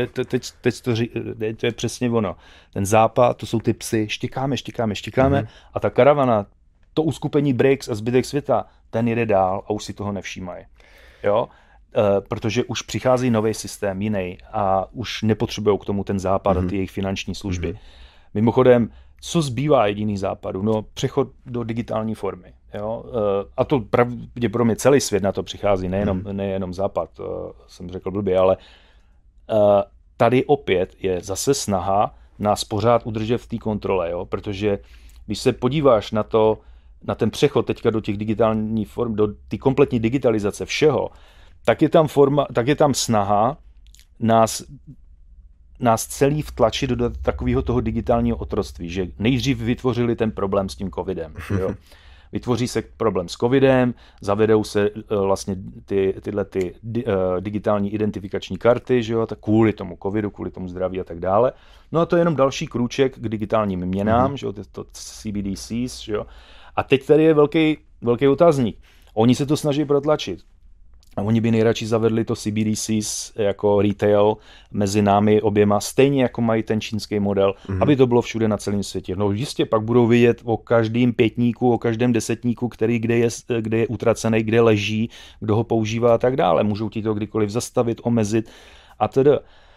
Speaker 2: je přesně ono. Ten západ, to jsou ty psy, štěkáme a ta karavana, to uskupení BRICS a zbytek světa, ten jede dál a už si toho nevšímají. Jo? Protože už přichází nový systém, jiný a už nepotřebují k tomu ten západ a ty jejich finanční služby. Mimochodem, co zbývá jediný západu? No, přechod do digitální formy. Jo? A to pravděpodobně celý svět na to přichází, nejenom západ, jsem řekl blbě, ale tady opět je zase snaha nás pořád udržet v té kontrole, jo? Protože když se podíváš na ten přechod teďka do těch digitálních form, do té kompletní digitalizace všeho, tak je tam snaha nás celý vtlačit do takového toho digitálního otroctví, že nejdřív vytvořili ten problém s tím covidem. Jo? Vytvoří se problém s covidem, zavedou se vlastně tyhle digitální identifikační karty, že jo, tak kvůli tomu covidu, kvůli tomu zdraví a tak dále. No a to je jenom další krůček k digitálním měnám, že jo, to CBDCs, že jo. A teď tady je velký otazník. Oni se to snaží protlačit. A oni by nejradši zavedli to CBDCs jako retail mezi námi oběma, stejně jako mají ten čínský model, aby to bylo všude na celém světě. No jistě, pak budou vidět o každém pětníku, o každém desetníku, který kde je utracený, kde leží, kdo ho používá a tak dále. Můžou ti to kdykoliv zastavit, omezit a tedy.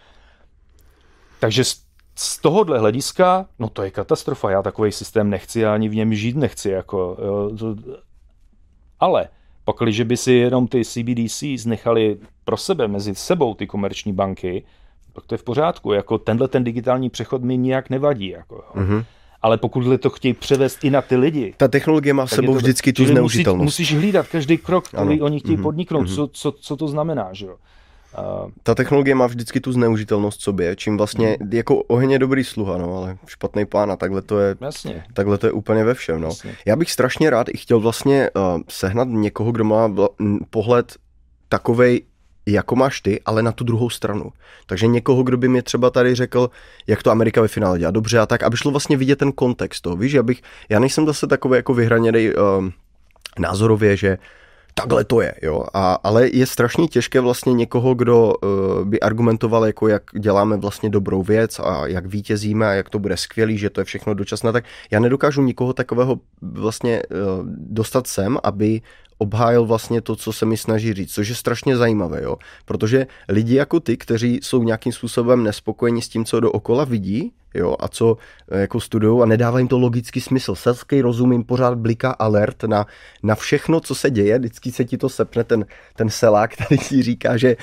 Speaker 2: Takže z tohohle hlediska, no to je katastrofa, já takový systém nechci, já ani v něm žít nechci. Jako, jo, ale pakliže by si jenom ty CBDCs nechali pro sebe, mezi sebou ty komerční banky, tak to je v pořádku. Jako ten digitální přechod mi nijak nevadí. Jako, ale pokud to chtějí převést i na ty lidi.
Speaker 1: Ta technologie má v sebou vždycky tu zneužitelnost.
Speaker 2: Musíš hlídat každý krok, který oni chtějí podniknout. Co to znamená, že jo?
Speaker 1: Ta technologie má vždycky tu zneužitelnost sobě, čím vlastně jako oheň je dobrý sluha, no, ale špatný pán a takhle to je úplně ve všem, no. Já bych strašně rád i chtěl vlastně sehnat někoho, kdo má pohled takovej, jako máš ty, ale na tu druhou stranu. Takže někoho, kdo by mi třeba tady řekl, jak to Amerika ve finále dělá dobře a tak, aby šlo vlastně vidět ten kontext toho, víš, já nejsem zase takový jako vyhraněnej názorově, že takhle to je, jo. Ale je strašně těžké vlastně někoho, kdo by argumentoval, jako jak děláme vlastně dobrou věc a jak vítězíme a jak to bude skvělý, že to je všechno dočasné, tak já nedokážu nikoho takového vlastně dostat sem, aby obhájil vlastně to, co se mi snaží říct, což je strašně zajímavé, jo. Protože lidi jako ty, kteří jsou nějakým způsobem nespokojeni s tím, co dookola vidí, jo, a co jako studujou a nedává jim to logický smysl. Selský rozum jim pořád bliká alert na všechno, co se děje, vždycky se ti to sepne ten selák, který ti říká, že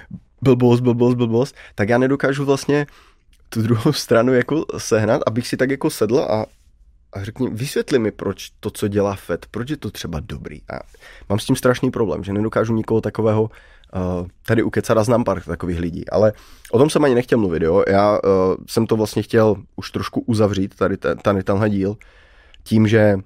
Speaker 1: blbost, tak já nedokážu vlastně tu druhou stranu jako sehnat, abych si tak jako sedl a řekni, vysvětli mi, proč to, co dělá FED, proč je to třeba dobrý. A mám s tím strašný problém, že nedokážu nikoho takového tady ukecat a znám pár takových lidí, ale o tom jsem ani nechtěl mluvit, jo. Já jsem to vlastně chtěl už trošku uzavřít, tady tenhle díl, tím, že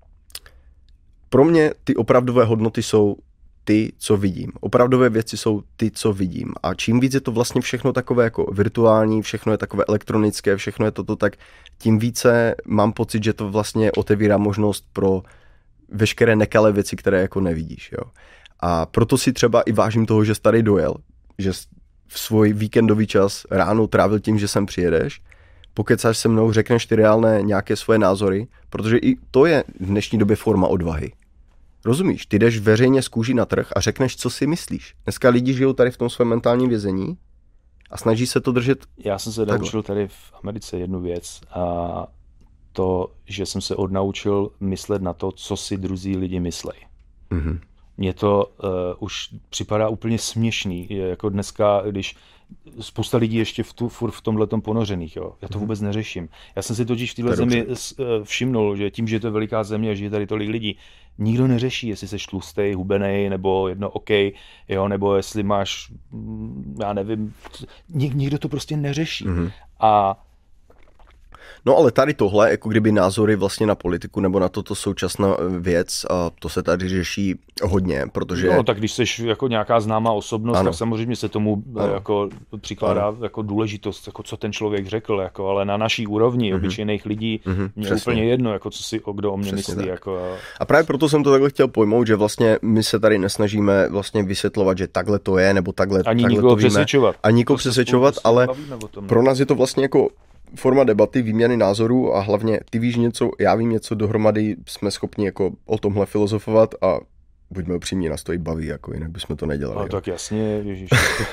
Speaker 1: pro mě ty opravdové hodnoty jsou ty, co vidím. Opravdové věci jsou ty, co vidím. A čím víc je to vlastně všechno takové jako virtuální, všechno je takové elektronické, všechno je toto, tak tím více mám pocit, že to vlastně otevírá možnost pro veškeré nekalé věci, které jako nevidíš, jo. A proto si třeba i vážím toho, že jsi tady dojel, že v svůj víkendový čas ráno trávil tím, že sem přijedeš, pokecáš se mnou, řekneš ty reálné nějaké svoje názory, protože i to je v dnešní době forma odvahy. Rozumíš? Ty jdeš veřejně z kůží na trh a řekneš, co si myslíš. Dneska lidi žijou tady v tom svém mentálním vězení a snaží se to držet.
Speaker 2: Já jsem se naučil tady v Americe jednu věc a to, že jsem se odnaučil myslet na to, co si druzí lidi myslejí. Mm-hmm. Mně to už připadá úplně směšný, jako dneska, když spousta lidí ještě furt v tomhletom ponořených, jo. Já to vůbec neřeším. Já jsem si totiž v téhle zemi všimnul, že tím, že je to veliká země a že je tady tolik lidí, nikdo neřeší, jestli seš tlustej, hubenej, nebo jedno okej, jo, nebo jestli máš, já nevím, nikdo to prostě neřeší. Mm-hmm. A
Speaker 1: No ale tady tohle, jako kdyby názory vlastně na politiku nebo na toto současná věc, a to se tady řeší hodně, protože...
Speaker 2: No tak když jsi jako nějaká známá osobnost, ano. Tak samozřejmě se tomu jako přikládá jako důležitost, jako co ten člověk řekl, jako, ale na naší úrovni obyčejných lidí mě úplně jedno, jako co si kdo o mě myslí. Jako,
Speaker 1: a právě proto jsem to takhle chtěl pojmout, že vlastně my se tady nesnažíme vlastně vysvětlovat, že takhle to je, nebo takhle
Speaker 2: nikoho přesvědčovat.
Speaker 1: A nikoho přesvědčovat, ale pro nás je to vlastně jako forma debaty, výměny názorů a hlavně ty víš něco, já vím něco, dohromady jsme schopni jako o tomhle filozofovat a buďme upřímní, nás to i baví, jako jinak bychom to nedělali.
Speaker 2: No tak jasně, ježiš.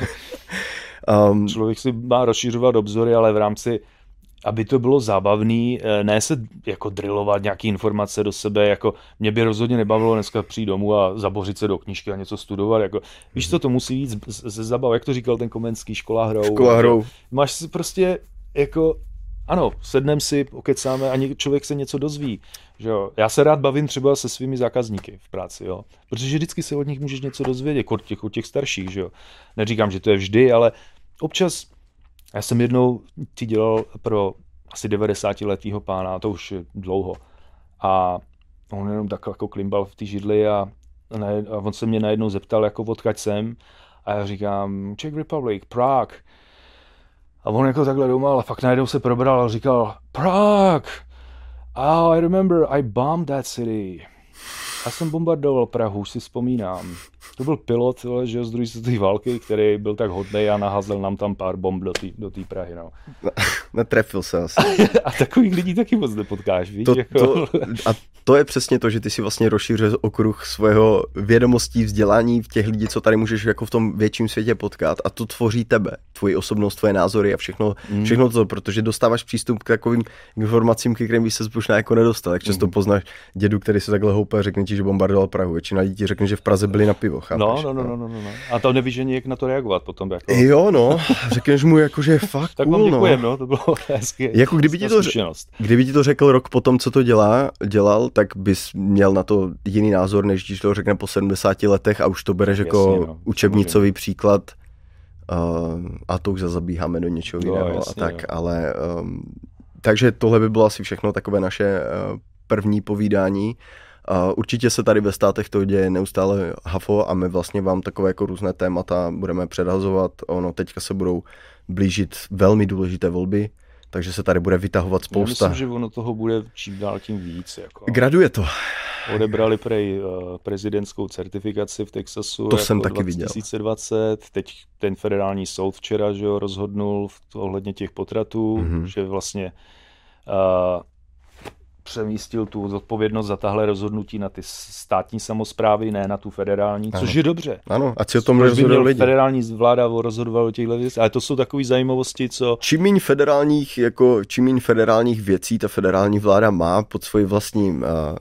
Speaker 2: Člověk si má rozšiřovat obzory, ale v rámci, aby to bylo zábavný, ne se jako drillovat nějaký informace do sebe, jako mě by rozhodně nebavilo dneska přijít domů a zabořit se do knížky a něco studovat, jako víš co, to musí víc ze zabav, jak to říkal ten Komenský, škola hrou. Máš si prostě jako, ano, sednem si, pokecáme a člověk se něco dozví, že jo. Já se rád bavím třeba se svými zákazníky v práci, jo, protože vždycky se od nich můžeš něco dozvědět, od těch starších, že jo. Neříkám, že to je vždy, ale občas, já jsem jednou dělal pro asi 90letého pána, to už je dlouho, a on jenom tak jako klimbal v té židli a on se mě najednou zeptal, jako odkud jsem, a já říkám, Czech Republic, Prague. A on jako takhle doma, ale fakt najednou se probral a říkal, Prague! Oh, I remember, I bombed that city. Já jsem bombardoval Prahu, už si vzpomínám. To byl pilot, že z druhé světové války, který byl tak hodnej a naházel nám tam pár bomb do té Prahy. No.
Speaker 1: Netrefil se asi.
Speaker 2: A takových lidí taky moc nepotkáš, víš?
Speaker 1: A to je přesně to, že ty si vlastně rozšířil okruh svého vědomostí, vzdělání v těch lidí, co tady můžeš jako v tom větším světě potkat, a to tvoří tebe, tvoji osobnost, tvoje názory a všechno to, protože dostáváš přístup k takovým informacím, ke kterým by se možná jako nedostal. Tak často poznáš dědu, který se takhle houpe a řekne ti, že bombardoval Prahu. Většina lidí řekne, že v Praze byli na pivo. Chápeš?
Speaker 2: No. A to nevíš, že jak na to reagovat potom. Jako...
Speaker 1: Jo, no, řekneš mu jako, že fakt
Speaker 2: tak
Speaker 1: cool,
Speaker 2: vám děkujem, no, to bylo hezky.
Speaker 1: Jako kdyby ti to řekl rok potom, co to dělal, tak bys měl na to jiný názor, než když to řekne po 70 letech a už to bereš jako učebnicový příklad a to už zabíháme do něčeho jiného a tak, ale takže tohle by bylo asi všechno takové naše první povídání. Určitě se tady ve státech to děje neustále hafo a my vlastně vám takové jako různé témata budeme předhazovat. Ono teďka se budou blížit velmi důležité volby, takže se tady bude vytahovat spousta.
Speaker 2: Já myslím, že ono toho bude čím dál tím víc. Jako.
Speaker 1: Graduje to.
Speaker 2: Odebrali prezidentskou certifikaci v Texasu.
Speaker 1: To jako jsem taky viděl.
Speaker 2: 2020. Teď ten federální soud včera, že jo, rozhodnul ohledně těch potratů, že vlastně přemístil tu zodpovědnost za tahle rozhodnutí na ty státní samosprávy, ne na tu federální, což je dobře.
Speaker 1: Ano, ať si o tom rozhodují lidi.
Speaker 2: Federální vláda rozhodovala o těchto věcech, ale to jsou takové zajímavosti, co...
Speaker 1: Čím méně federálních věcí ta federální vláda má pod svým vlastním...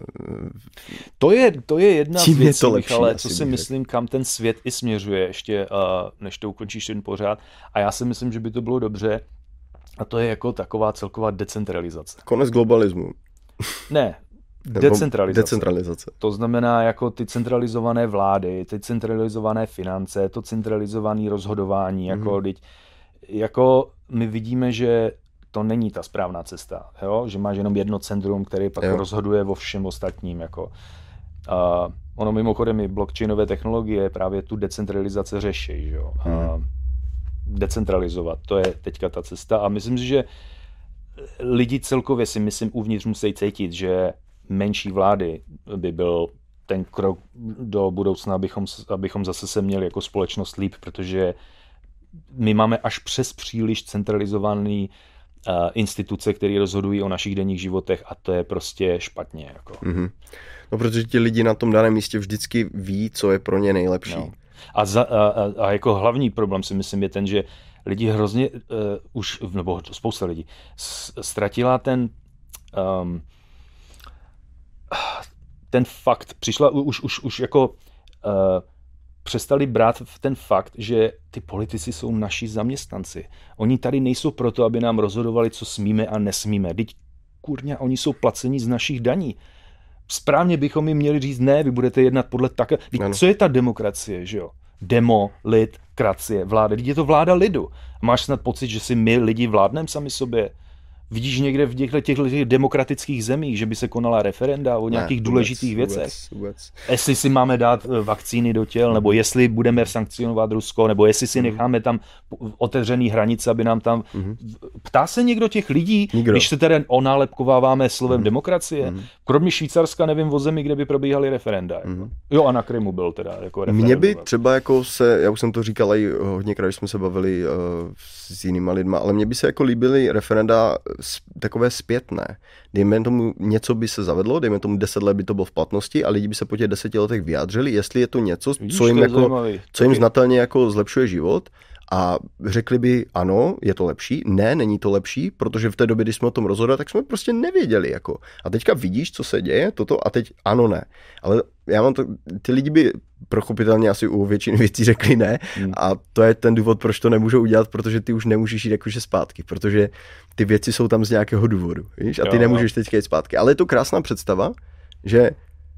Speaker 2: To je jedna z věcí, ale co si
Speaker 1: bych
Speaker 2: myslím, kam ten svět i směřuje ještě, než to ukončíš ten pořád. A já si myslím, že by to bylo dobře. A to je jako taková celková decentralizace.
Speaker 1: Konec globalismu.
Speaker 2: Ne, decentralizace. To znamená jako ty centralizované vlády, ty centralizované finance, to centralizované rozhodování. Jako my vidíme, že to není ta správná cesta. Jo? Že máš jenom jedno centrum, který pak rozhoduje o všem ostatním. Jako. Ono mimochodem i blockchainové technologie právě tu decentralizaci řeší. Jo? Decentralizovat, to je teďka ta cesta. A myslím si, že lidi celkově si myslím uvnitř musí cítit, že menší vlády by byl ten krok do budoucna, abychom zase se měli jako společnost líp, protože my máme až přes příliš centralizované instituce, které rozhodují o našich denních životech a to je prostě špatně. Jako.
Speaker 1: No, protože ti lidi na tom daném místě vždycky ví, co je pro ně nejlepší. No.
Speaker 2: A jako hlavní problém si myslím je ten, že lidi hrozně nebo spousta lidí ztratila ten fakt, přišla už jako přestali brát v ten fakt, že ty politici jsou naši zaměstnanci. Oni tady nejsou proto, aby nám rozhodovali, co smíme a nesmíme. Vždyť kurňa, oni jsou placeni z našich daní. Správně bychom jim měli říct, ne, vy budete jednat podle také. Co je ta demokracie, že jo? Demo, lid, kracie, vláda. Je to vláda lidu. Máš snad pocit, že si my lidi vládneme sami sobě? vidíš někde v těchto demokratických zemích, že by se konala referenda o nějakých důležitých věcech?
Speaker 1: Vůbec.
Speaker 2: Jestli si máme dát vakcíny do těl, nebo jestli budeme sankcionovat Rusko, nebo jestli si necháme tam otevřený hranice, aby nám tam... Ptá se někdo těch lidí, když se tedy onálepkováváme slovem demokracie? Kromě Švýcarska nevím o zemi, kde by probíhaly referenda. Jako. Jo, a na Krymu byl teda jako referendum.
Speaker 1: Mně by třeba jako já už jsem to říkal i hodněkrát, když jsme se bavili s jinýma lidma, ale mně by se jako líbily referenda takové zpětné. Dejme tomu, něco by se zavedlo, dejme tomu 10 let by to bylo v platnosti a lidi by se po těch 10 letech vyjádřili, jestli je to něco, co jim znatelně jako zlepšuje život a řekli by ano, je to lepší, ne, není to lepší, protože v té době, když jsme o tom rozhodli, tak jsme prostě nevěděli. Jako. A teďka vidíš, co se děje, toto a teď ano, ne. Ale já mám to, ty lidi by pochopitelně asi u většiny věcí řekli ne a to je ten důvod, proč to nemůžou udělat, protože ty už nemůžeš jít jakože zpátky, protože ty věci jsou tam z nějakého důvodu, víš? A ty nemůžeš teďka jít zpátky. Ale je to krásná představa, že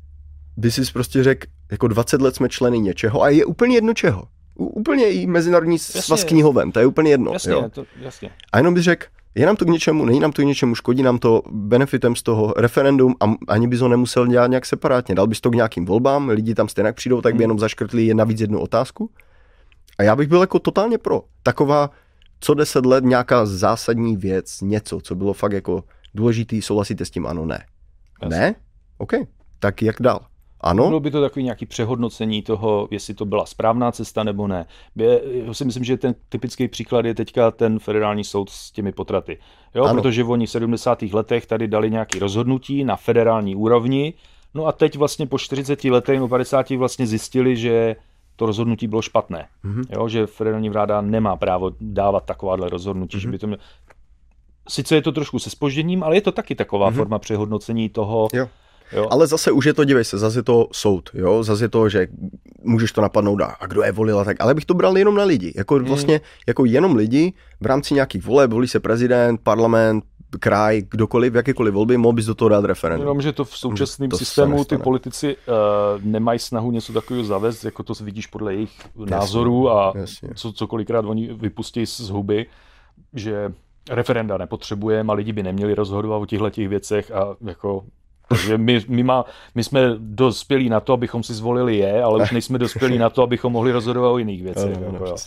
Speaker 1: by si prostě řekl, jako 20 let jsme členy něčeho a je úplně jedno čeho. Úplně i Mezinárodní svaz knihoven, to je úplně jedno.
Speaker 2: Jasně.
Speaker 1: A jenom bys řekl, je nám to k něčemu, není nám to k něčemu, škodí nám to benefitem z toho referendum a ani bys ho nemusel dělat nějak separátně. Dal bys to k nějakým volbám, lidi tam stejně přijdou, tak by jenom zaškrtli navíc jednu otázku. A já bych byl jako totálně pro. Taková co 10 let nějaká zásadní věc, něco, co bylo fakt jako důležitý, souhlasíte s tím, ano, ne. Jasně. Ne? OK, tak jak dál? Ano?
Speaker 2: Bylo by to takový nějaký přehodnocení toho, jestli to byla správná cesta nebo ne. Já si myslím, že ten typický příklad je teďka ten federální soud s těmi potraty. Jo, protože oni v 70. letech tady dali nějaké rozhodnutí na federální úrovni, no a teď vlastně po 40 letech nebo 50 vlastně zjistili, že to rozhodnutí bylo špatné. Jo, že federální vláda nemá právo dávat takováhle rozhodnutí, že by to mělo... Sice je to trošku se zpožděním, ale je to taky taková forma přehodnocení toho...
Speaker 1: Jo. Ale zase už je to, dívej se, zase je to soud, jo, zase je to, že můžeš to napadnout a kdo je volil a tak, ale bych to bral jenom na lidi, jako vlastně, jako jenom lidi v rámci nějakých voleb, volí se prezident, parlament, kraj, kdokoliv, jakékoliv volby, mohl bys do toho dát referendum.
Speaker 2: Jenom, že to v současném systému ty politici nemají snahu něco takového zavést, jako to vidíš podle jejich názorů a co kolikrát oni vypustí z huby, že referenda nepotřebujeme a lidi by neměli rozhodovat o těchto věcech a jako... Takže my jsme dospělí na to, abychom si zvolili ale už nejsme dospělí na to, abychom mohli rozhodovat o jiných věcech.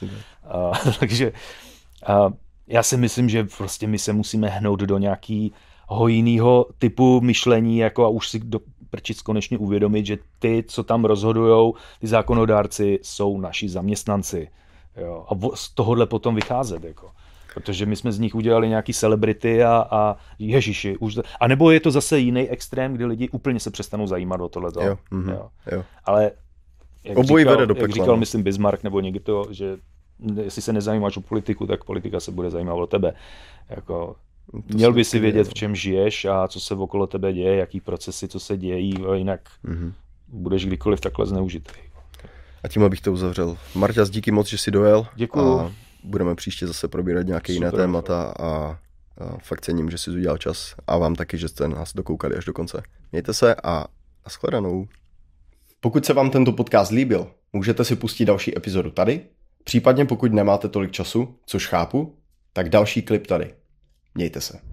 Speaker 2: Takže já si myslím, že prostě my se musíme hnout do nějakého jiného typu myšlení jako a už si prčic konečně uvědomit, že ty, co tam rozhodujou, ty zákonodárci, jsou naši zaměstnanci. Jo? A z tohohle potom vycházet. Jako. Protože my jsme z nich udělali nějaký celebrity a ježiši. A nebo je to zase jiný extrém, kdy lidi úplně se přestanou zajímat o tohleto.
Speaker 1: Jo.
Speaker 2: Ale jak říkal, myslím Bismarck nebo někdo, že jestli se nezajímáš o politiku, tak politika se bude zajímat o tebe. Jako, měl by si vědět, v čem žiješ a co se okolo tebe děje, jaký procesy, co se dějí, jinak budeš kdykoliv takhle zneužitý.
Speaker 1: A tím bych to uzavřel. Marťas, díky moc, že jsi dojel.
Speaker 2: Děkuju.
Speaker 1: Budeme příště zase probírat nějaké jiné témata a fakt cením, že jsi udělal čas a vám taky, že jste nás dokoukali až do konce. Mějte se a nashledanou. Pokud se vám tento podcast líbil, můžete si pustit další epizodu tady, případně pokud nemáte tolik času, což chápu, tak další klip tady. Mějte se.